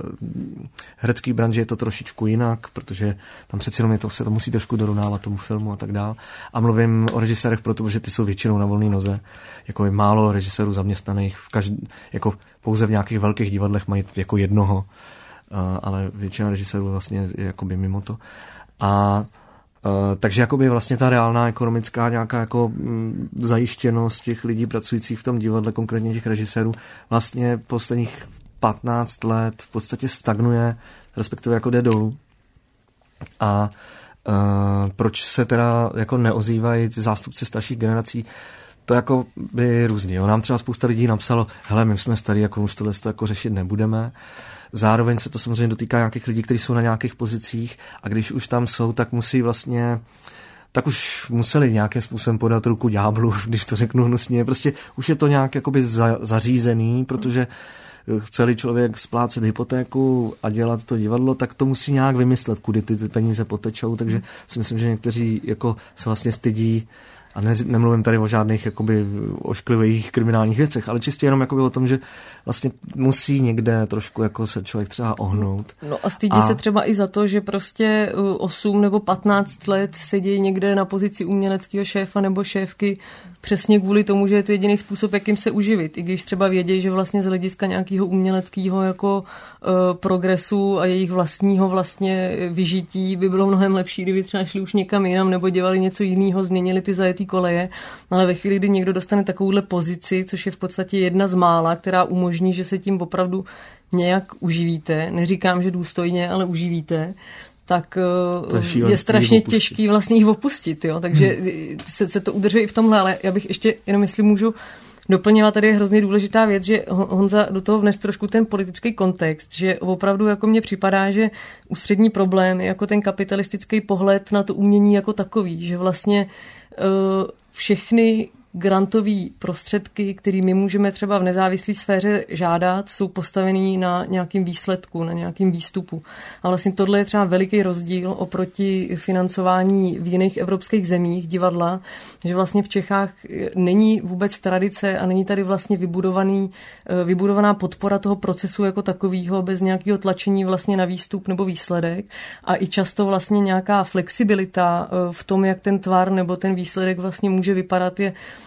Speaker 6: herecké branži je to trošičku jinak, protože tam přeci jenom je to, se to musí trošku dorovnávat tomu filmu a tak dál. A mluvím o režisérech proto, že ty jsou většinou na volné noze. Jako je málo režisérů zaměstnaných. V každý, jako pouze v nějakých velkých divadlech mají jako jednoho, ale většina režisérů vlastně je jakoby mimo to. A Uh, takže jakoby vlastně ta reálná ekonomická nějaká jako m, zajištěnost těch lidí pracujících v tom divadle, konkrétně těch režisérů, vlastně posledních patnáct let v podstatě stagnuje, respektive jako jde dolů. A uh, proč se teda jako neozývají zástupci starších generací, to jako by různě. Jo. Nám třeba spousta lidí napsalo, hele, my už jsme starý, jako už tohle to jako řešit nebudeme. Zároveň se to samozřejmě dotýká nějakých lidí, kteří jsou na nějakých pozicích a když už tam jsou, tak musí vlastně, tak už museli nějakým způsobem podat ruku ďáblu, když to řeknu hnusně. Prostě už je to nějak jakoby za, zařízený, protože chce-li člověk splácet hypotéku a dělat to divadlo, tak to musí nějak vymyslet, kudy ty, ty peníze potečou, takže si myslím, že někteří jako se vlastně stydí. A ne, nemluvím tady o žádných jakoby ošklivých kriminálních věcech, ale čistě jenom jakoby o tom, že vlastně musí někde trošku jako se člověk třeba ohnout.
Speaker 7: No a stydí a... se třeba i za to, že prostě osm nebo patnáct let sedí někde na pozici uměleckého šéfa nebo šéfky přesně kvůli tomu, že je to jediný způsob, jakým se uživit. I když třeba vědějí, že vlastně z hlediska nějakého uměleckého jako uh, progresu a jejich vlastního vlastně vyžití by bylo mnohem lepší, kdyby třeba šli už někam jinam nebo dělali něco jiného, změnili ty zajetý koleje, ale ve chvíli, kdy někdo dostane takovouhle pozici, což je v podstatě jedna z mála, která umožní, že se tím opravdu nějak uživíte, neříkám, že důstojně, ale uživíte, tak je, je strašně těžký vlastně jich opustit, jo? Takže hmm. se, se to udržuje i v tomhle, ale já bych ještě jenom, jestli můžu doplňovat, tady je hrozně důležitá věc, že Honza do toho vnes trošku ten politický kontext, že opravdu jako mně připadá, že ústřední problém je jako ten kapitalistický pohled na to umění jako takový, že vlastně uh, všechny grantové prostředky, které my můžeme třeba v nezávislé sféře žádat, jsou postavený na nějakým výsledku, na nějakým výstupu. A vlastně tohle je třeba veliký rozdíl oproti financování v jiných evropských zemích divadla, že vlastně v Čechách není vůbec tradice a není tady vlastně vybudovaný, vybudovaná podpora toho procesu jako takového bez nějakého tlačení vlastně na výstup nebo výsledek a i často vlastně nějaká flexibilita v tom, jak ten tvar nebo ten výsledek vlastně může vypadat, je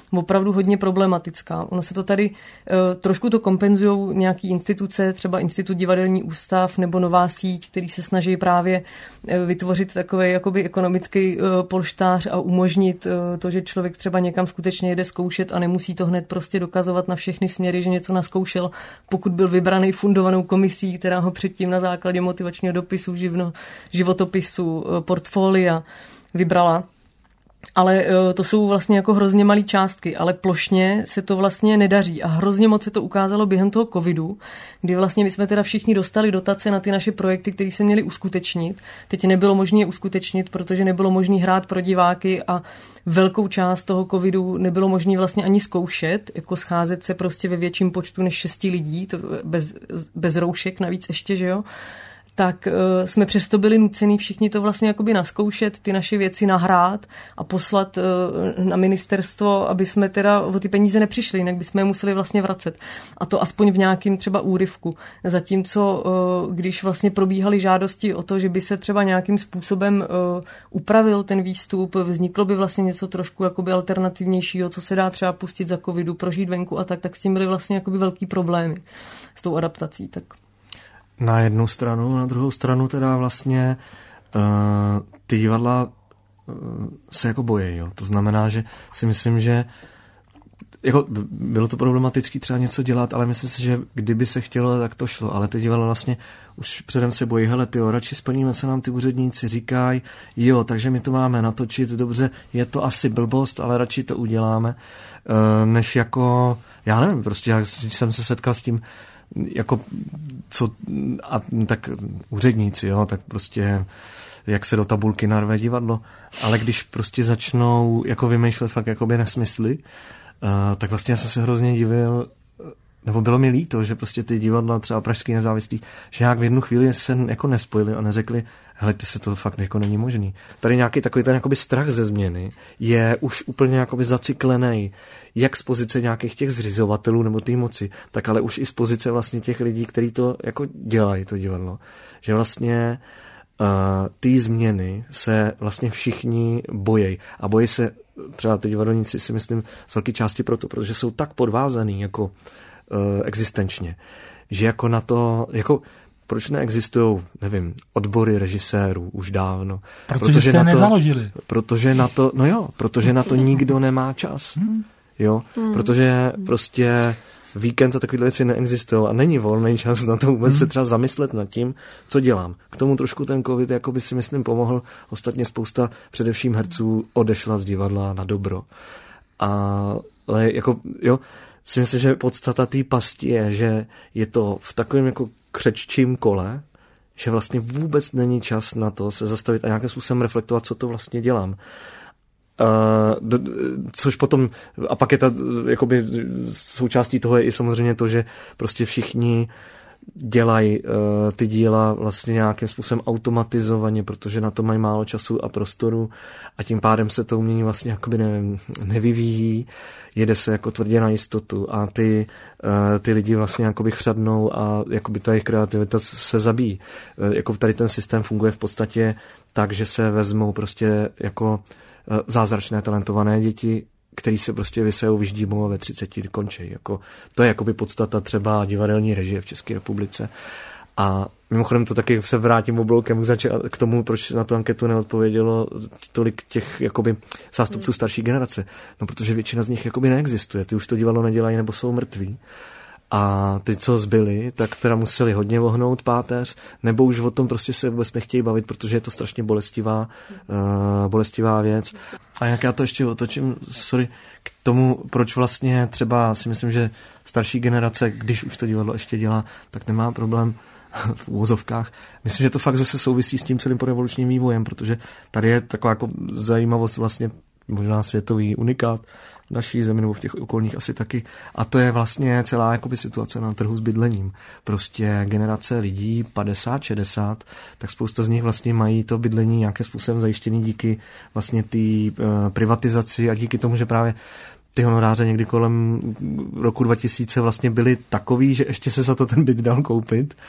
Speaker 7: opravdu hodně problematická. Ono se to tady uh, trošku to kompenzují nějaký instituce, třeba Institut divadelní ústav nebo Nová síť, který se snaží právě uh, vytvořit takový jakoby ekonomický uh, polštář a umožnit uh, to, že člověk třeba někam skutečně jede zkoušet a nemusí to hned prostě dokazovat na všechny směry, že něco naskoušel, pokud byl vybraný fundovanou komisí, která ho předtím na základě motivačního dopisu, živno, životopisu, uh, portfolia vybrala. Ale to jsou vlastně jako hrozně malé částky, ale plošně se to vlastně nedaří a hrozně moc se to ukázalo během toho covidu, kdy vlastně my jsme teda všichni dostali dotace na ty naše projekty, které se měly uskutečnit. Teď nebylo možné je uskutečnit, protože nebylo možné hrát pro diváky a velkou část toho covidu nebylo možné vlastně ani zkoušet, jako scházet se prostě ve větším počtu než šesti lidí, to bez, bez roušek navíc ještě, že jo. Tak uh, jsme přesto byli nuceni všichni to vlastně jakoby naskoušet, ty naše věci nahrát a poslat uh, na ministerstvo, aby jsme teda o ty peníze nepřišli, jinak bychom je museli vlastně vracet. A to aspoň v nějakým třeba úryvku. Zatímco, uh, když vlastně probíhaly žádosti o to, že by se třeba nějakým způsobem uh, upravil ten výstup, vzniklo by vlastně něco trošku jakoby alternativnějšího, co se dá třeba pustit za covidu, prožít venku a tak, tak s tím byly vlastně jakoby velký problémy s tou adaptací. Tak.
Speaker 6: Na jednu stranu, na druhou stranu teda vlastně uh, ty divadla uh, se jako bojí, jo. To znamená, že si myslím, že jako bylo to problematické třeba něco dělat, ale myslím si, že kdyby se chtělo, tak to šlo. Ale ty divadla vlastně už předem se bojí, hele tyjo, radši splníme, co nám ty úředníci říkají, jo, takže my to máme natočit, dobře, je to asi blbost, ale radši to uděláme, uh, než jako, já nevím, prostě já jsem se setkal s tím, jako co, a tak úředníci, jo, tak prostě jak se do tabulky narve divadlo, ale když prostě začnou jako vymýšlet fakt jakoby nesmysly, uh, tak vlastně já jsem se hrozně divil, nebo bylo mi líto, že prostě ty divadla, třeba pražský nezávislý, že nějak v jednu chvíli se jako nespojili a neřekli, helejte se, to fakt jako není možný. Tady nějaký takový ten jakoby strach ze změny je už úplně jakoby zacyklený, jak z pozice nějakých těch zřizovatelů nebo té moci, tak ale už i z pozice vlastně těch lidí, kteří to jako dělají, to divadlo. Že vlastně uh, ty změny se vlastně všichni bojí. A bojí se třeba ty divadelníci, si myslím, z velké části proto, protože jsou tak podvázaný jako uh, existenčně, že jako na to, jako proč neexistují, nevím, odbory režisérů už dávno?
Speaker 2: Protože, protože jste
Speaker 6: na to,
Speaker 2: nezaložili.
Speaker 6: Protože na to, no jo, protože na to nikdo nemá čas. Jo, protože prostě víkend a takovýhle věci neexistují a není volný čas na to vůbec se třeba zamyslet nad tím, co dělám. K tomu trošku ten covid, jako by si myslím, pomohl. Ostatně spousta především herců odešla z divadla na dobro. Ale jako, jo, si myslím, že podstata té pasti je, že je to v takovém jako křeččím kole, že vlastně vůbec není čas na to se zastavit a nějakým způsobem reflektovat, co to vlastně dělám. Uh, do, což potom, a pak je ta, jakoby součástí toho je i samozřejmě to, že prostě všichni dělají uh, ty díla vlastně nějakým způsobem automatizovaně, protože na to mají málo času a prostoru a tím pádem se to umění vlastně jakoby ne, nevyvíjí, jede se jako tvrdě na jistotu a ty, uh, ty lidi vlastně jakoby chřadnou a jakoby ta jejich kreativita se zabíjí. Uh, jako tady ten systém funguje v podstatě tak, že se vezmou prostě jako uh, zázračné talentované děti, který se prostě vysejou, vyždímou a ve třiceti končí. Jako, to je jakoby podstata třeba divadelní režie v České republice. A mimochodem to taky se vrátím obloukem k tomu, proč na tu anketu neodpovědělo tolik těch jakoby zástupců starší generace. No protože většina z nich jakoby neexistuje. Ty už to divadlo nedělají nebo jsou mrtví. A ty, co zbyli, tak teda museli hodně vohnout páteř, nebo už o tom prostě se vůbec nechtějí bavit, protože je to strašně bolestivá, uh, bolestivá věc. A jak já to ještě otočím, sorry, k tomu, proč vlastně třeba si myslím, že starší generace, když už to divadlo ještě dělá, tak nemá problém v úvozovkách. Myslím, že to fakt zase souvisí s tím celým porevolučním vývojem, protože tady je taková jako zajímavost vlastně možná světový unikát v naší zemi nebo v těch okolních asi taky. A to je vlastně celá jakoby situace na trhu s bydlením. Prostě generace lidí padesát šedesát, tak spousta z nich vlastně mají to bydlení nějakým způsobem zajištěný díky vlastně té uh, privatizaci a díky tomu, že právě ty honoráře někdy kolem roku dva tisíce vlastně byly takový, že ještě se za to ten byt dal koupit.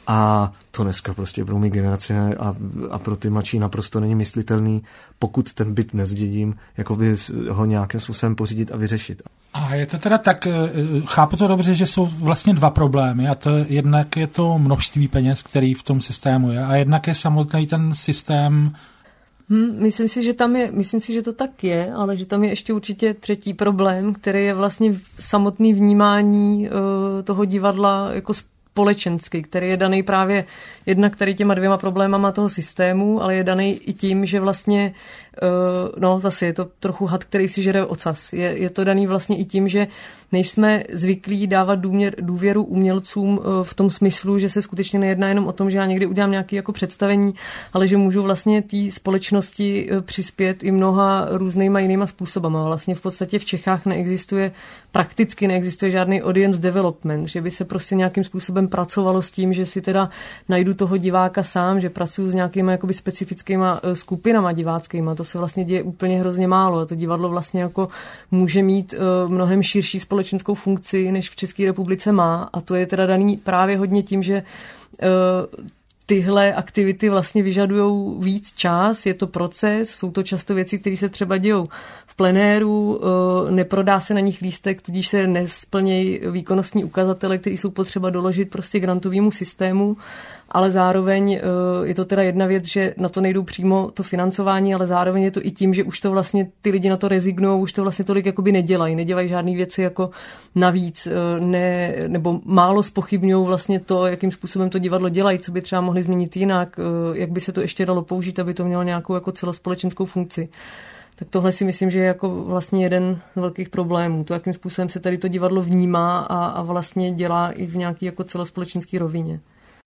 Speaker 6: A to dneska prostě pro mý generaci a, a pro ty mladší naprosto není myslitelný, pokud ten byt nezdědím, jakoby ho nějakým způsobem pořídit a vyřešit.
Speaker 2: A je to teda tak, chápu to dobře, že jsou vlastně dva problémy a to jednak je to množství peněz, který v tom systému je a jednak je samotný ten systém.
Speaker 7: Hmm, myslím si, že tam je, myslím si, že to tak je, ale že tam je ještě určitě třetí problém, který je vlastně samotný vnímání uh, toho divadla jako společenský, který je daný právě jednak tady těma dvěma problémama toho systému, ale je daný i tím, že vlastně no zase je to trochu had, který si žere ocas. Je, je to daný vlastně i tím, že nejsme zvyklí dávat důměr, důvěru umělcům v tom smyslu, že se skutečně nejedná jenom o tom, že já někdy udělám nějaké jako představení, ale že můžu vlastně té společnosti přispět i mnoha různýma jinýma způsobama. Vlastně v podstatě v Čechách neexistuje, prakticky neexistuje žádný audience development, že by se prostě nějakým způsobem pracovalo s tím, že si teda najdu toho diváka sám, že pracuju s nějakýma jakoby specifickýma skupinama diváckýma. To se vlastně děje úplně hrozně málo. To divadlo vlastně jako může mít uh, mnohem širší společenskou funkci, než v České republice má, a to je teda daný právě hodně tím, že uh, tyhle aktivity vlastně vyžadují víc čas, je to proces, jsou to často věci, které se třeba dějou v plenéru, neprodá se na nich lístek, tudíž se nesplnějí výkonnostní ukazatele, které jsou potřeba doložit prostě grantovému systému, ale zároveň je to teda jedna věc, že na to nejdou přímo to financování, ale zároveň je to i tím, že už to vlastně ty lidi na to rezignují, už to vlastně tolik jakoby nedělají, nedělají žádný věci jako navíc, ne, nebo málo zpochybňují vlastně to, jakým způsobem to divadlo dělají, co by třeba mohli změnit jinak, jak by se to ještě dalo použít, aby to mělo nějakou jako celospolečenskou funkci. Tak tohle si myslím, že je jako vlastně jeden z velkých problémů. To, jakým způsobem se tady to divadlo vnímá a, a vlastně dělá i v nějaký jako celospolečenský rovině.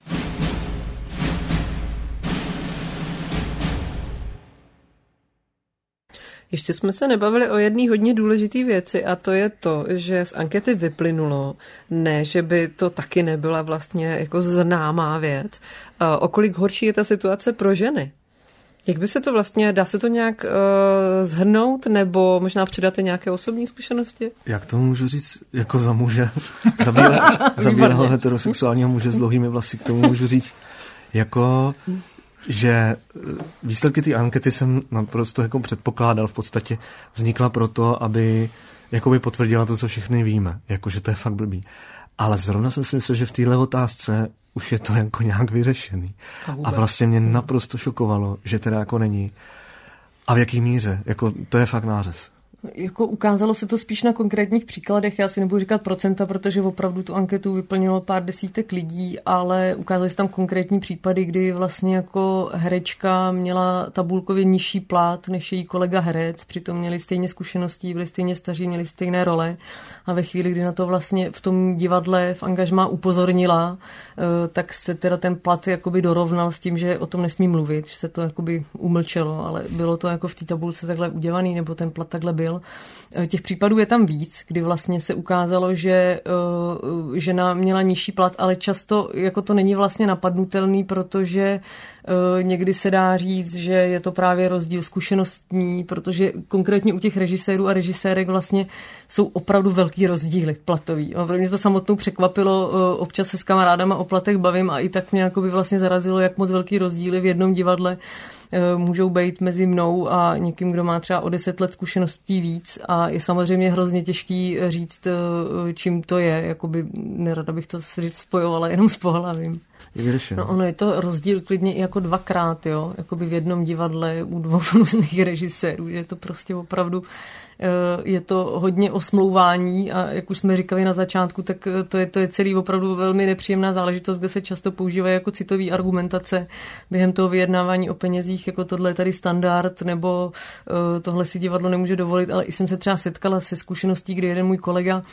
Speaker 1: Ještě jsme se nebavili o jedné hodně důležité věci a to je to, že z ankety vyplynulo, ne, že by to taky nebyla vlastně jako známá věc, o kolik horší je ta situace pro ženy. Jak by se to vlastně, dá se to nějak uh, zhrnout, nebo možná přidáte nějaké osobní zkušenosti?
Speaker 6: Jak to můžu říct jako za muže? Za, bíle, za bílého heterosexuálního muže s dlouhými vlasy, k tomu můžu říct jako... že výsledky té ankety jsem naprosto jako předpokládal, v podstatě vznikla proto, aby jakoby potvrdila to, co všichni víme, jakože to je fakt blbý. Ale zrovna jsem si myslel, že v téhle otázce už je to jako nějak vyřešený. A, a vlastně mě naprosto šokovalo, že teda jako není. A v jaký míře? Jako, to je fakt nářez.
Speaker 7: Jako ukázalo se to spíš na konkrétních příkladech, já si nebudu říkat procenta, protože opravdu tu anketu vyplnilo pár desítek lidí, ale ukázaly se tam konkrétní případy, kdy vlastně jako herečka měla tabulkově nižší plat než její kolega herec, přitom měli stejně zkušeností, byli stejně staří, měli stejné role a ve chvíli, kdy na to vlastně v tom divadle v angažmá upozornila, tak se teda ten plat jakoby dorovnal s tím, že o tom nesmí mluvit, že se to jakoby umlčelo, ale bylo to jako v té tabulce takhle udělaný, nebo ten plat takhle byl. Těch případů je tam víc, kdy vlastně se ukázalo, že uh, žena měla nižší plat, ale často jako to není vlastně napadnutelný, protože uh, někdy se dá říct, že je to právě rozdíl zkušenostní, protože konkrétně u těch režisérů a režisérek vlastně jsou opravdu velký rozdíly platový. A pro mě to samotnou překvapilo, uh, občas se s kamarádama o platech bavím a i tak mě jako by vlastně zarazilo, jak moc velký rozdíly v jednom divadle můžou být mezi mnou a někým, kdo má třeba o deset let zkušeností víc a je samozřejmě hrozně těžký říct, čím to je. Jakoby nerada bych to spojovala jenom s pohlavím. No ono je to rozdíl klidně i jako dvakrát, jo, jakoby v jednom divadle u dvou různých režisérů, že je to prostě opravdu je to hodně o smlouvání a jak už jsme říkali na začátku, tak to je, to je celý opravdu velmi nepříjemná záležitost, kde se často používají jako citový argumentace během toho vyjednávání o penězích, jako tohle je tady standard, nebo uh, tohle si divadlo nemůže dovolit, ale i jsem se třeba setkala se zkušeností, kdy jeden můj kolega,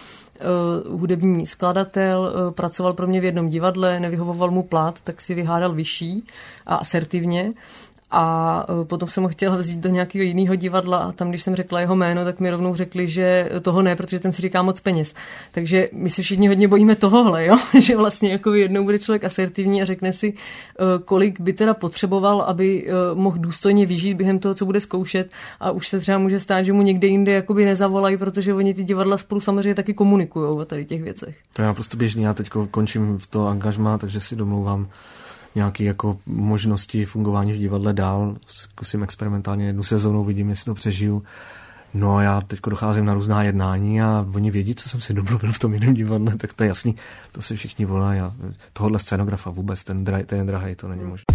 Speaker 7: uh, hudební skladatel, uh, pracoval pro mě v jednom divadle, nevyhovoval mu plat, tak si vyhádal vyšší a asertivně. A potom jsem ho chtěla vzít do nějakého jiného divadla a tam, když jsem řekla jeho jméno, tak mi rovnou řekli, že toho ne, protože ten si říká moc peněz. Takže my se všichni hodně bojíme tohohle, jo? Že vlastně jako jednou bude člověk asertivní a řekne si, kolik by teda potřeboval, aby mohl důstojně vyžít během toho, co bude zkoušet, a už se třeba může stát, že mu někde jinde jakoby nezavolají, protože oni ty divadla spolu samozřejmě taky komunikujou o tady těch věcech.
Speaker 6: To je naprosto běžný, já teď končím v to angažmá, takže si domlouvám nějaké jako možnosti fungování v divadle dál, zkusím experimentálně jednu sezónu, vidím, jestli to přežiju. No a já teď docházím na různá jednání a oni vědí, co jsem si domluvil v tom jiném divadle, tak to je jasný, to si všichni volají a tohohle scénografa vůbec, ten, drahý, ten je drahý, to není možné.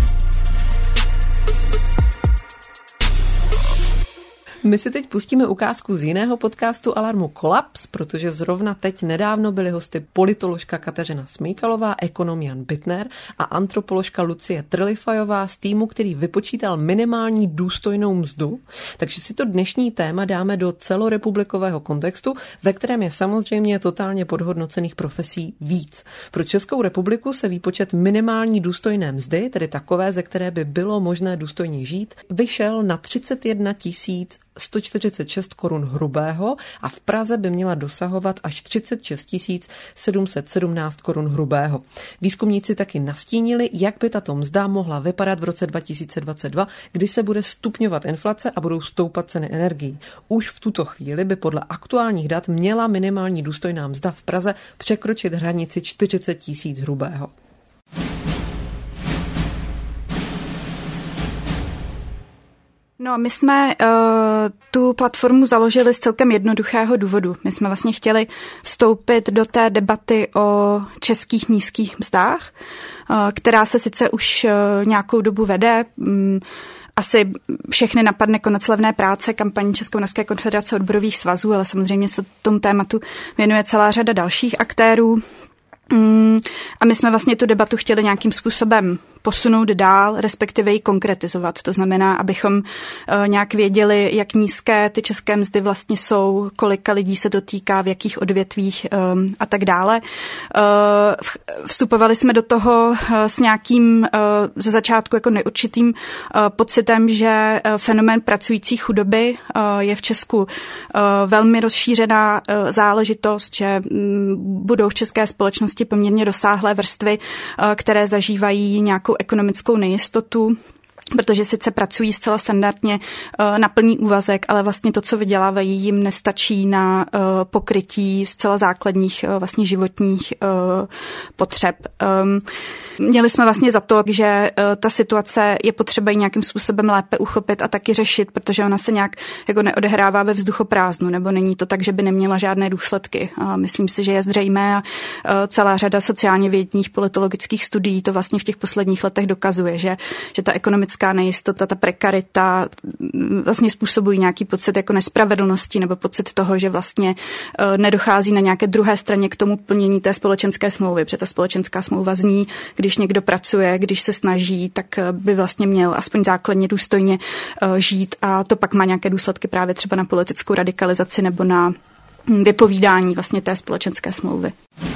Speaker 1: My si teď pustíme ukázku z jiného podcastu Alarmu Kolaps, protože zrovna teď nedávno byly hosty politoložka Kateřina Smejkalová, ekonom Jan Bittner a antropoložka Lucie Trlifajová z týmu, který vypočítal minimální důstojnou mzdu. Takže si to dnešní téma dáme do celorepublikového kontextu, ve kterém je samozřejmě totálně podhodnocených profesí víc. Pro Českou republiku se výpočet minimální důstojné mzdy, tedy takové, ze které by bylo možné důstojně žít, vyšel na třicet jedna tisíc sto čtyřicet šest korun hrubého a v Praze by měla dosahovat až třicet šest tisíc sedm set sedmnáct korun hrubého. Výzkumníci taky nastínili, jak by tato mzda mohla vypadat v roce dva tisíce dvacet dva, kdy se bude stupňovat inflace a budou stoupat ceny energií. Už v tuto chvíli by podle aktuálních dat měla minimální důstojná mzda v Praze překročit hranici čtyřicet tisíc hrubého.
Speaker 8: No, my jsme uh, tu platformu založili z celkem jednoduchého důvodu. My jsme vlastně chtěli vstoupit do té debaty o českých nízkých mzdách, uh, která se sice už uh, nějakou dobu vede. Um, asi všechny napadne konec levné práce, kampaní Českomoravské konfederace odborových svazů, ale samozřejmě se tomu tématu věnuje celá řada dalších aktérů. Um, a my jsme vlastně tu debatu chtěli nějakým způsobem posunout dál, respektive ji konkretizovat. To znamená, abychom uh, nějak věděli, jak nízké ty české mzdy vlastně jsou, kolika lidí se to týká, v jakých odvětvích um, a tak dále. Uh, vstupovali jsme do toho uh, s nějakým uh, ze začátku jako neurčitým uh, pocitem, že uh, fenomén pracující chudoby uh, je v Česku uh, velmi rozšířená uh, záležitost, že um, budou v české společnosti poměrně rozsáhlé vrstvy, uh, které zažívají nějakou ekonomickou nejistotu, protože sice pracují zcela standardně na plný úvazek, ale vlastně to, co vydělávají, jim nestačí na pokrytí zcela základních vlastně životních potřeb. Měli jsme vlastně za to, že ta situace je potřeba ji nějakým způsobem lépe uchopit a taky řešit, protože ona se nějak jako neodehrává ve vzduchoprázdnu, nebo není to tak, že by neměla žádné důsledky. A myslím si, že je zřejmé a celá řada sociálně vědních politologických studií to vlastně v těch posledních letech dokazuje, že, že ta ekonomická nejistota, ta prekarita vlastně způsobují nějaký pocit jako nespravedlnosti nebo pocit toho, že vlastně nedochází na nějaké druhé straně k tomu plnění té společenské smlouvy, protože ta společenská smlouva zní, když někdo pracuje, když se snaží, tak by vlastně měl aspoň základně důstojně žít a to pak má nějaké důsledky právě třeba na politickou radikalizaci nebo na vypovídání vlastně té společenské smlouvy.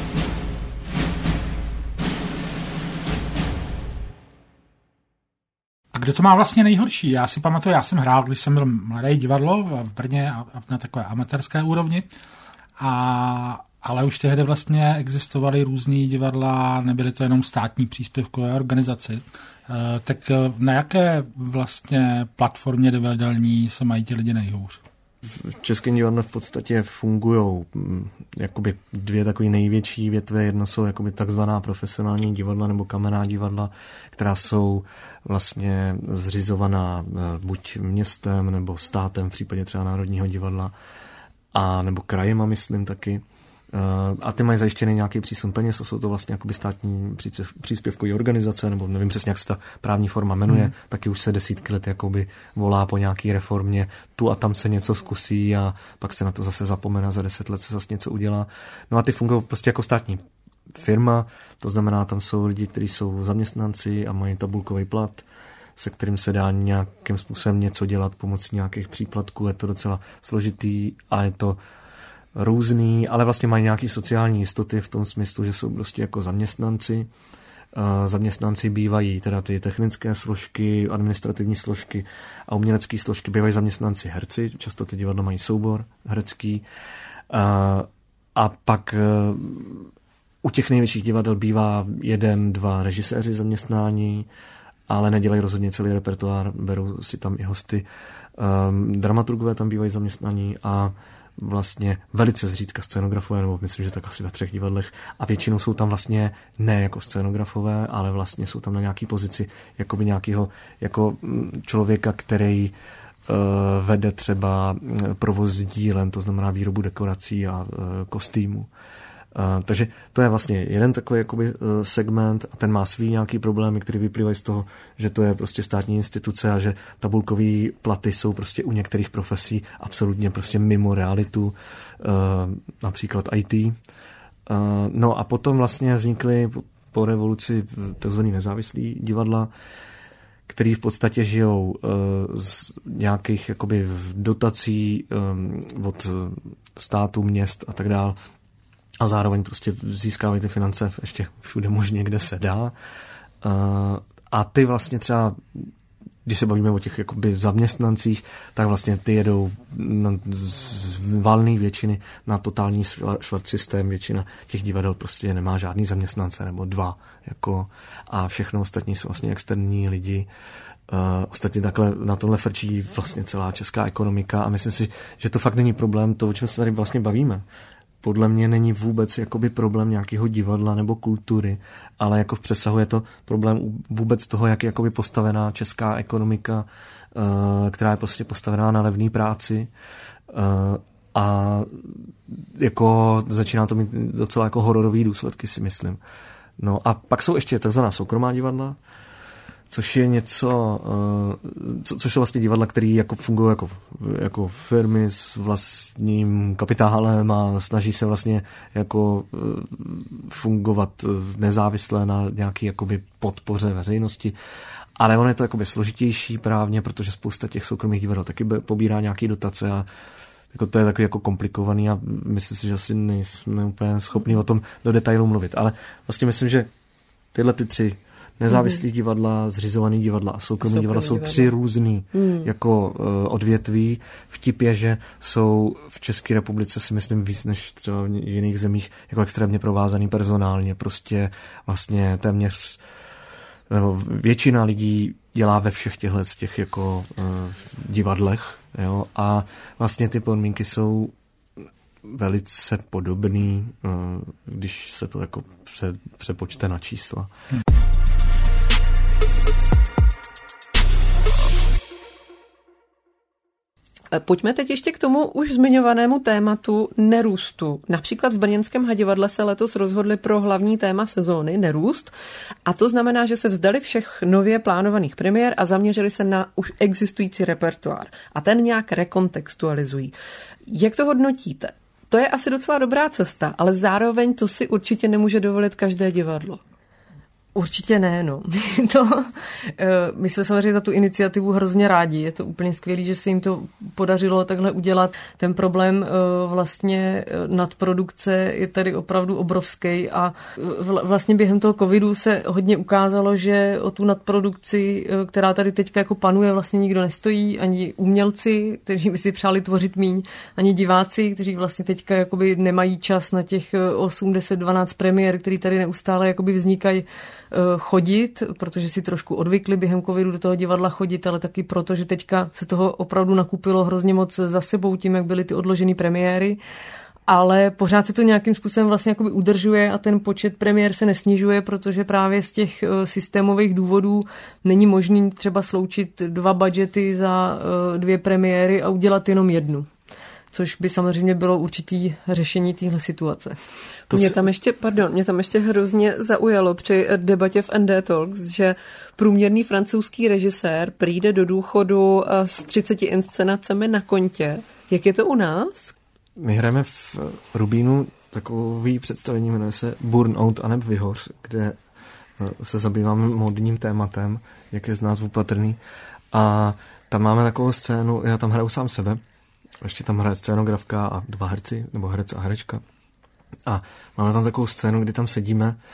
Speaker 2: A kdo to má vlastně nejhorší? Já si pamatuju, já jsem hrál, když jsem byl mladé divadlo v Brně a na takové amatérské úrovni, a, ale už tehdy vlastně existovaly různý divadla, nebyly to jenom státní příspěvkové organizace. Tak na jaké vlastně platformě divadelní se mají ti lidi nejhůř?
Speaker 6: V českém divadle v podstatě fungují jakoby dvě takové největší větve. Jedno jsou jakoby takzvaná profesionální divadla nebo kamenná divadla, která jsou vlastně zřizovaná buď městem nebo státem v případě třeba Národního divadla a nebo krajema, myslím taky. A ty mají zajištěný nějaký přísun peněz a jsou to vlastně jakoby státní příspěvkové organizace, nebo nevím přesně, jak se ta právní forma jmenuje, hmm. taky už se desítky let jakoby volá po nějaký reformě, tu a tam se něco zkusí a pak se na to zase zapomene, za deset let se zase něco udělá. No a ty fungují prostě jako státní firma, to znamená, tam jsou lidi, kteří jsou zaměstnanci a mají tabulkový plat, se kterým se dá nějakým způsobem něco dělat pomocí nějakých příplatků, je to docela složitý a je to různý, ale vlastně mají nějaké sociální jistoty v tom smyslu, že jsou prostě jako zaměstnanci. zaměstnanci bývají, teda ty technické složky, administrativní složky a umělecké složky bývají zaměstnanci herci, často ty divadla mají soubor herecký. A pak u těch největších divadel bývá jeden, dva režiséři zaměstnání, ale nedělají rozhodně celý repertoár, berou si tam i hosty. Dramaturgové tam bývají zaměstnaní a vlastně velice zřídka scénografové, nebo myslím, že tak asi ve třech divadlech. A většinou jsou tam vlastně ne jako scénografové, ale vlastně jsou tam na nějaký pozici jakoby nějakého jako člověka, který uh, vede třeba provoz dílen, to znamená výrobu dekorací a uh, kostýmů. Uh, takže to je vlastně jeden takový jakoby, uh, segment a ten má svý nějaký problémy, které vyplývají z toho, že to je prostě státní instituce a že tabulkový platy jsou prostě u některých profesí absolutně prostě mimo realitu, uh, například í té. Uh, no a potom vlastně vznikly po revoluci takzvaný nezávislý divadla, který v podstatě žijou uh, z nějakých jakoby dotací um, od státu, měst a tak dále. A zároveň prostě získávají ty finance ještě všude možně, kde se dá. A ty vlastně třeba, když se bavíme o těch jakoby zaměstnancích, tak vlastně ty jedou z valné většiny na totální švart systém. Většina těch divadel prostě nemá žádný zaměstnance nebo dva. Jako, a všechno ostatní jsou vlastně externí lidi. Uh, ostatně takhle na tohle frčí vlastně celá česká ekonomika a myslím si, že to fakt není problém, to, o čem se tady vlastně bavíme. Podle mě není vůbec jakoby problém nějakého divadla nebo kultury, ale jako přesahuje to problém vůbec toho, jak je jakoby postavená česká ekonomika, uh, která je prostě postavená na levné práci uh, a jako začíná to mít docela jako hororový důsledky, si myslím. No a pak jsou ještě takzvaná soukromá divadla, což je něco, co, což jsou vlastně divadla, které jako fungují jako, jako firmy s vlastním kapitálem a snaží se vlastně jako fungovat nezávisle na nějaký jakoby podpoře veřejnosti. Ale ono je to jakoby složitější právně, protože spousta těch soukromých divadel taky pobírá nějaké dotace a jako to je takový jako komplikovaný a myslím si, že asi nejsme úplně schopni o tom do detailu mluvit. Ale vlastně myslím, že tyhle ty tři nezávislý divadla, zřizovaný divadla a soukromý, soukromý divadla jsou divadla. Tři různý mm. jako uh, odvětví. Vtip je, že jsou v České republice si myslím víc než třeba v jiných zemích jako extrémně provázaný personálně. Prostě vlastně téměř nebo většina lidí dělá ve všech těchto z těch jako uh, divadlech. Jo? A vlastně ty podmínky jsou velice podobný, uh, když se to jako pře, přepočte na čísla. Hmm.
Speaker 1: Pojďme teď ještě k tomu už zmiňovanému tématu nerůstu. Například v brněnském Hadivadle se letos rozhodli pro hlavní téma sezóny nerůst a to znamená, že se vzdali všech nově plánovaných premiér a zaměřili se na už existující repertoár a ten nějak rekontextualizují. Jak to hodnotíte? To je asi docela dobrá cesta, ale zároveň to si určitě nemůže dovolit každé divadlo.
Speaker 7: Určitě ne, no. to, my jsme samozřejmě za tu iniciativu hrozně rádi. Je to úplně skvělé, že se jim to podařilo takhle udělat. Ten problém vlastně nadprodukce je tady opravdu obrovský a vlastně během toho covidu se hodně ukázalo, že o tu nadprodukci, která tady teďka jako panuje, vlastně nikdo nestojí, ani umělci, kteří by si přáli tvořit míň, ani diváci, kteří vlastně teďka jakoby nemají čas na těch osm, deset, dvanáct premiér, který tady neustále jakoby vznikají, chodit, protože si trošku odvykli během covidu do toho divadla chodit, ale taky proto, že teďka se toho opravdu nakupilo hrozně moc za sebou tím, jak byly ty odložené premiéry. Ale pořád se to nějakým způsobem vlastně jakoby udržuje a ten počet premiér se nesnižuje, protože právě z těch systémových důvodů není možný třeba sloučit dva budžety za dvě premiéry a udělat jenom jednu. Což by samozřejmě bylo určitý řešení téhle situace.
Speaker 1: To mě tam ještě, pardon, mě tam ještě hrozně zaujalo při debatě v N D Talks, že průměrný francouzský režisér přijde do důchodu s třiceti inscenacemi na kontě. Jak je to u nás?
Speaker 6: My hrajeme v Rubínu takový představení, jmenuje se Burnout a neb Vyhoř, kde se zabýváme módním tématem, jak je z názvu patrný. A tam máme takovou scénu, já tam hraju sám sebe, ještě tam hraje scénografka a dva herci, nebo herec a herečka. A máme tam takovou scénu, kdy tam sedíme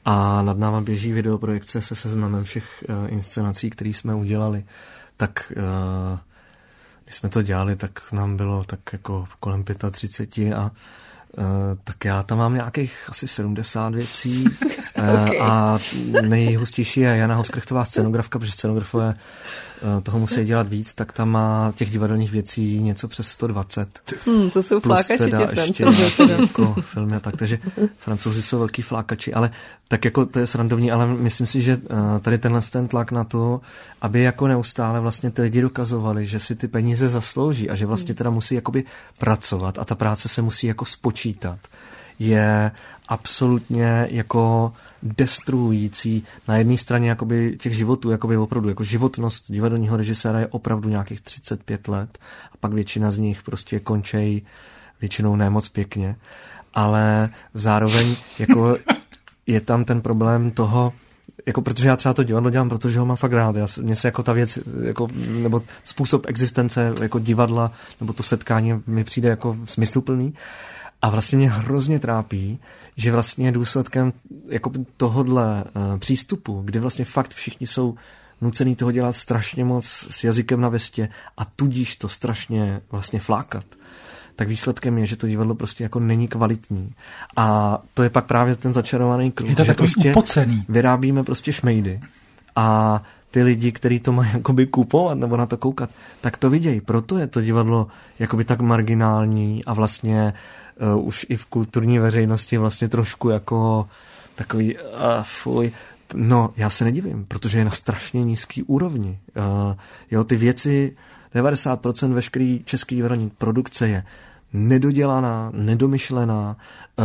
Speaker 6: a nad náma běží videoprojekce se seznamem všech uh, inscenací, které jsme udělali. Tak uh, když jsme to dělali, tak nám bylo tak jako kolem třicet pět a Uh, tak já tam mám nějakých asi sedmdesát věcí. Okay. uh, a nejhustější je Jana Houskrychtová scenografka, protože scenografové uh, toho musí dělat víc, tak tam má těch divadelních věcí něco přes sto dvacet.
Speaker 1: Hmm, to jsou
Speaker 6: plus
Speaker 1: flákači
Speaker 6: teda
Speaker 1: tě
Speaker 6: ještě
Speaker 1: Francouzi.
Speaker 6: Jako filmy a tak, takže Francouzi jsou velký flákači, ale tak jako to je srandovní, ale myslím si, že uh, tady tenhle ten tlak na to, aby jako neustále vlastně ty lidi dokazovali, že si ty peníze zaslouží a že vlastně teda musí jakoby pracovat a ta práce se musí jako spočítat, je absolutně jako destruující na jedné straně jakoby těch životů, jakoby opravdu, jako životnost divadelního režiséra je opravdu nějakých třicet pět let a pak většina z nich prostě končí většinou ne moc pěkně, ale zároveň jako je tam ten problém toho, jako protože já třeba to divadlo dělám, protože ho mám fakt rád. Já, mně se jako ta věc, jako, nebo způsob existence jako divadla, nebo to setkání mi přijde jako smysluplný. A vlastně mě hrozně trápí, že vlastně důsledkem jako tohodle uh, přístupu, kdy vlastně fakt všichni jsou nucený toho dělat strašně moc s jazykem na vestě a tudíž to strašně vlastně flákat, tak výsledkem je, že to divadlo prostě jako není kvalitní. A to je pak právě ten začarovaný kruh,
Speaker 2: je to
Speaker 6: že prostě
Speaker 2: upocený.
Speaker 6: Vyrábíme prostě šmejdy a ty lidi, kteří to mají jakoby kupovat nebo na to koukat, tak to vidějí. Proto je to divadlo jakoby tak marginální a vlastně uh, už i v kulturní veřejnosti vlastně trošku jako takový uh, fuj. No, já se nedivím, protože je na strašně nízký úrovni. Uh, jo, ty věci, devadesát procent veškerý český divadelní produkce je nedodělaná, nedomyšlená,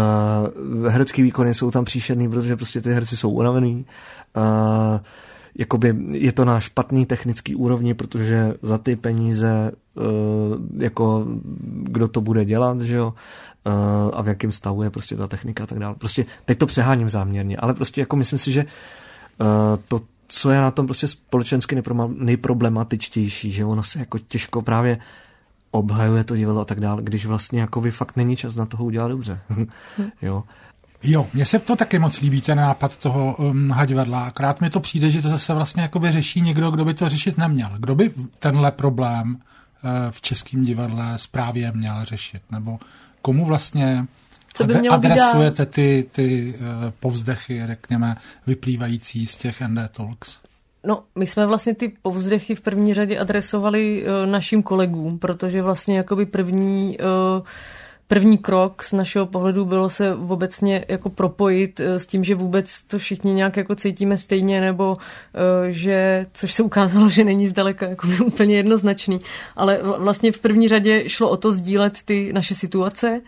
Speaker 6: uh, herecký výkony jsou tam příšerný, protože prostě ty herci jsou unavený, uh, jakoby je to na špatný technický úrovni, protože za ty peníze uh, jako kdo to bude dělat, že jo, uh, a v jakém stavu je prostě ta technika a tak dále. Prostě teď to přeháním záměrně, ale prostě jako myslím si, že uh, to, co je na tom prostě společensky nejproblematičtější, že ono se jako těžko právě obhajuje to divadlo a tak dále, když vlastně jakoby fakt není čas na toho udělat dobře. Jo.
Speaker 2: Jo, mně se to taky moc líbí, ten nápad toho um, divadla. Akorát mi to přijde, že to zase vlastně jakoby řeší někdo, kdo by to řešit neměl. Kdo by tenhle problém uh, v českém divadle správě měl řešit? Nebo komu vlastně
Speaker 1: Co by mělo
Speaker 2: adresujete ty, ty uh, povzdechy, řekněme, vyplývající z těch N D Talks?
Speaker 7: No, my jsme vlastně ty povzdechy v první řadě adresovali uh, našim kolegům, protože vlastně jakoby první... Uh, První krok z našeho pohledu bylo se obecně jako propojit s tím, že vůbec to všichni nějak jako cítíme stejně, nebo že, což se ukázalo, že není zdaleka jako úplně jednoznačný, ale vlastně v první řadě šlo o to sdílet ty naše situace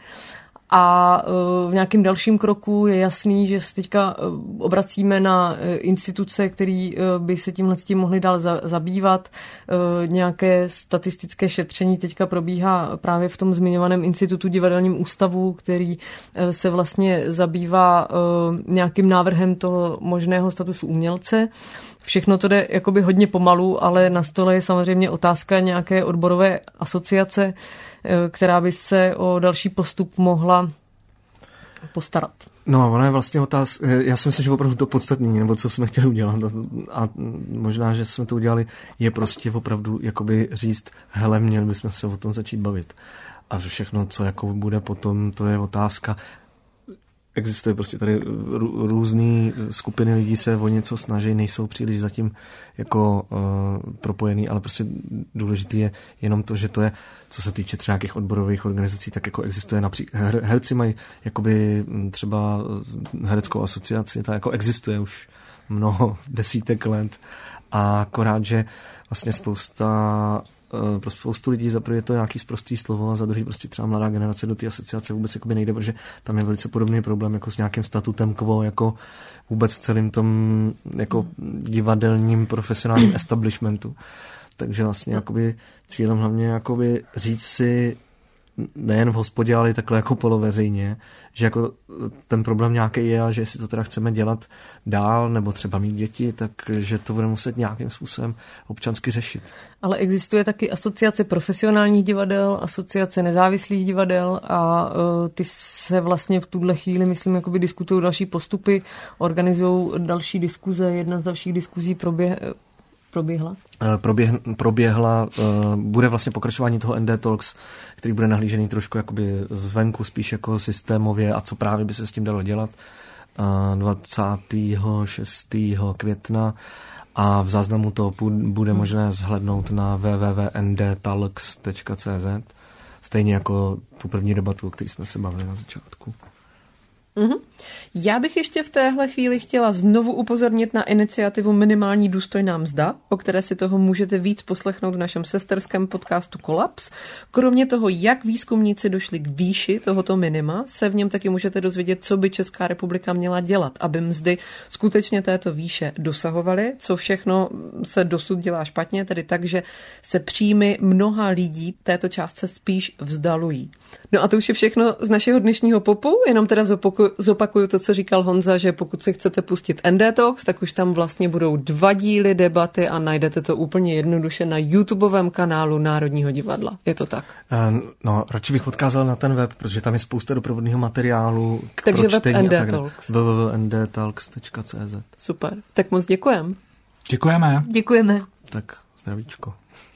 Speaker 7: a v nějakém dalším kroku je jasný, že se teďka obracíme na instituce, které by se tímhle tím mohly dál zabývat. Nějaké statistické šetření teďka probíhá právě v tom zmiňovaném institutu divadelním ústavu, který se vlastně zabývá nějakým návrhem toho možného statusu umělce. Všechno to jde jakoby hodně pomalu, ale na stole je samozřejmě otázka nějaké odborové asociace, která by se o další postup mohla postarat.
Speaker 6: No, ona je vlastně otázka, já si myslím, že opravdu to podstatný, nebo co jsme chtěli udělat a možná, že jsme to udělali, je prostě opravdu jakoby říct, hele, měli bychom se o tom začít bavit. A všechno, co jako bude potom, to je otázka. Existuje prostě tady různé skupiny lidí se o něco snaží, nejsou příliš zatím jako uh, propojený, ale prostě důležitý je jenom to, že to je, co se týče třeba nějakých odborových organizací, tak jako existuje například, her, herci mají jakoby třeba hereckou asociaci, ta jako existuje už mnoho desítek let a akorát, že vlastně spousta pro spoustu lidí za prvé je to nějaký sprostý slovo a za druhý prostě třeba mladá generace do té asociace vůbec jakoby nejde, protože tam je velice podobný problém jako s nějakým statutem quo, jako vůbec v celém tom jako divadelním profesionálním establishmentu. Takže vlastně jakoby cílem hlavně jakoby říct si nejen v hospodě, ale i takhle jako poloveřejně, že jako ten problém nějaký je a že jestli to teda chceme dělat dál nebo třeba mít děti, takže to bude muset nějakým způsobem občansky řešit.
Speaker 7: Ale existuje taky asociace profesionálních divadel, asociace nezávislých divadel a uh, ty se vlastně v tuhle chvíli, myslím, jakoby diskutují další postupy, organizují další diskuze. Jedna z dalších diskuzí proběh, proběhla?
Speaker 6: Proběh, proběhla, uh, bude vlastně pokračování toho N D Talks, který bude nahlížený trošku jakoby zvenku, spíš jako systémově a co právě by se s tím dalo dělat. Uh, dvacátého šestého května a v záznamu to bude možné zhlédnout na w w w tečka n d talks tečka c z, stejně jako tu první debatu, o které jsme se bavili na začátku.
Speaker 1: Mm-hmm. Já bych ještě v téhle chvíli chtěla znovu upozornit na iniciativu Minimální důstojná mzda, o které si toho můžete víc poslechnout v našem sesterském podcastu Kolaps. Kromě toho, jak výzkumníci došli k výši tohoto minima, se v něm taky můžete dozvědět, co by Česká republika měla dělat, aby mzdy skutečně této výše dosahovaly, co všechno se dosud dělá špatně, tedy tak, že se příjmy mnoha lidí této částce spíš vzdalují. No a to už je všechno z našeho dnešního popu, jenom teda zopakuju, zopakuju to, co říkal Honza, že pokud si chcete pustit N D Talks, tak už tam vlastně budou dva díly debaty a najdete to úplně jednoduše na YouTubeovém kanálu Národního divadla. Je to tak?
Speaker 6: No, radši bych odkázal na ten web, protože tam je spousta doprovodného materiálu k
Speaker 1: Takže
Speaker 6: pročtení.
Speaker 1: web N D Talks.
Speaker 6: w w w tečka n d talks tečka c z.
Speaker 1: Super. Tak moc děkujem.
Speaker 2: Děkujeme.
Speaker 7: Děkujeme.
Speaker 6: Tak zdravíčko.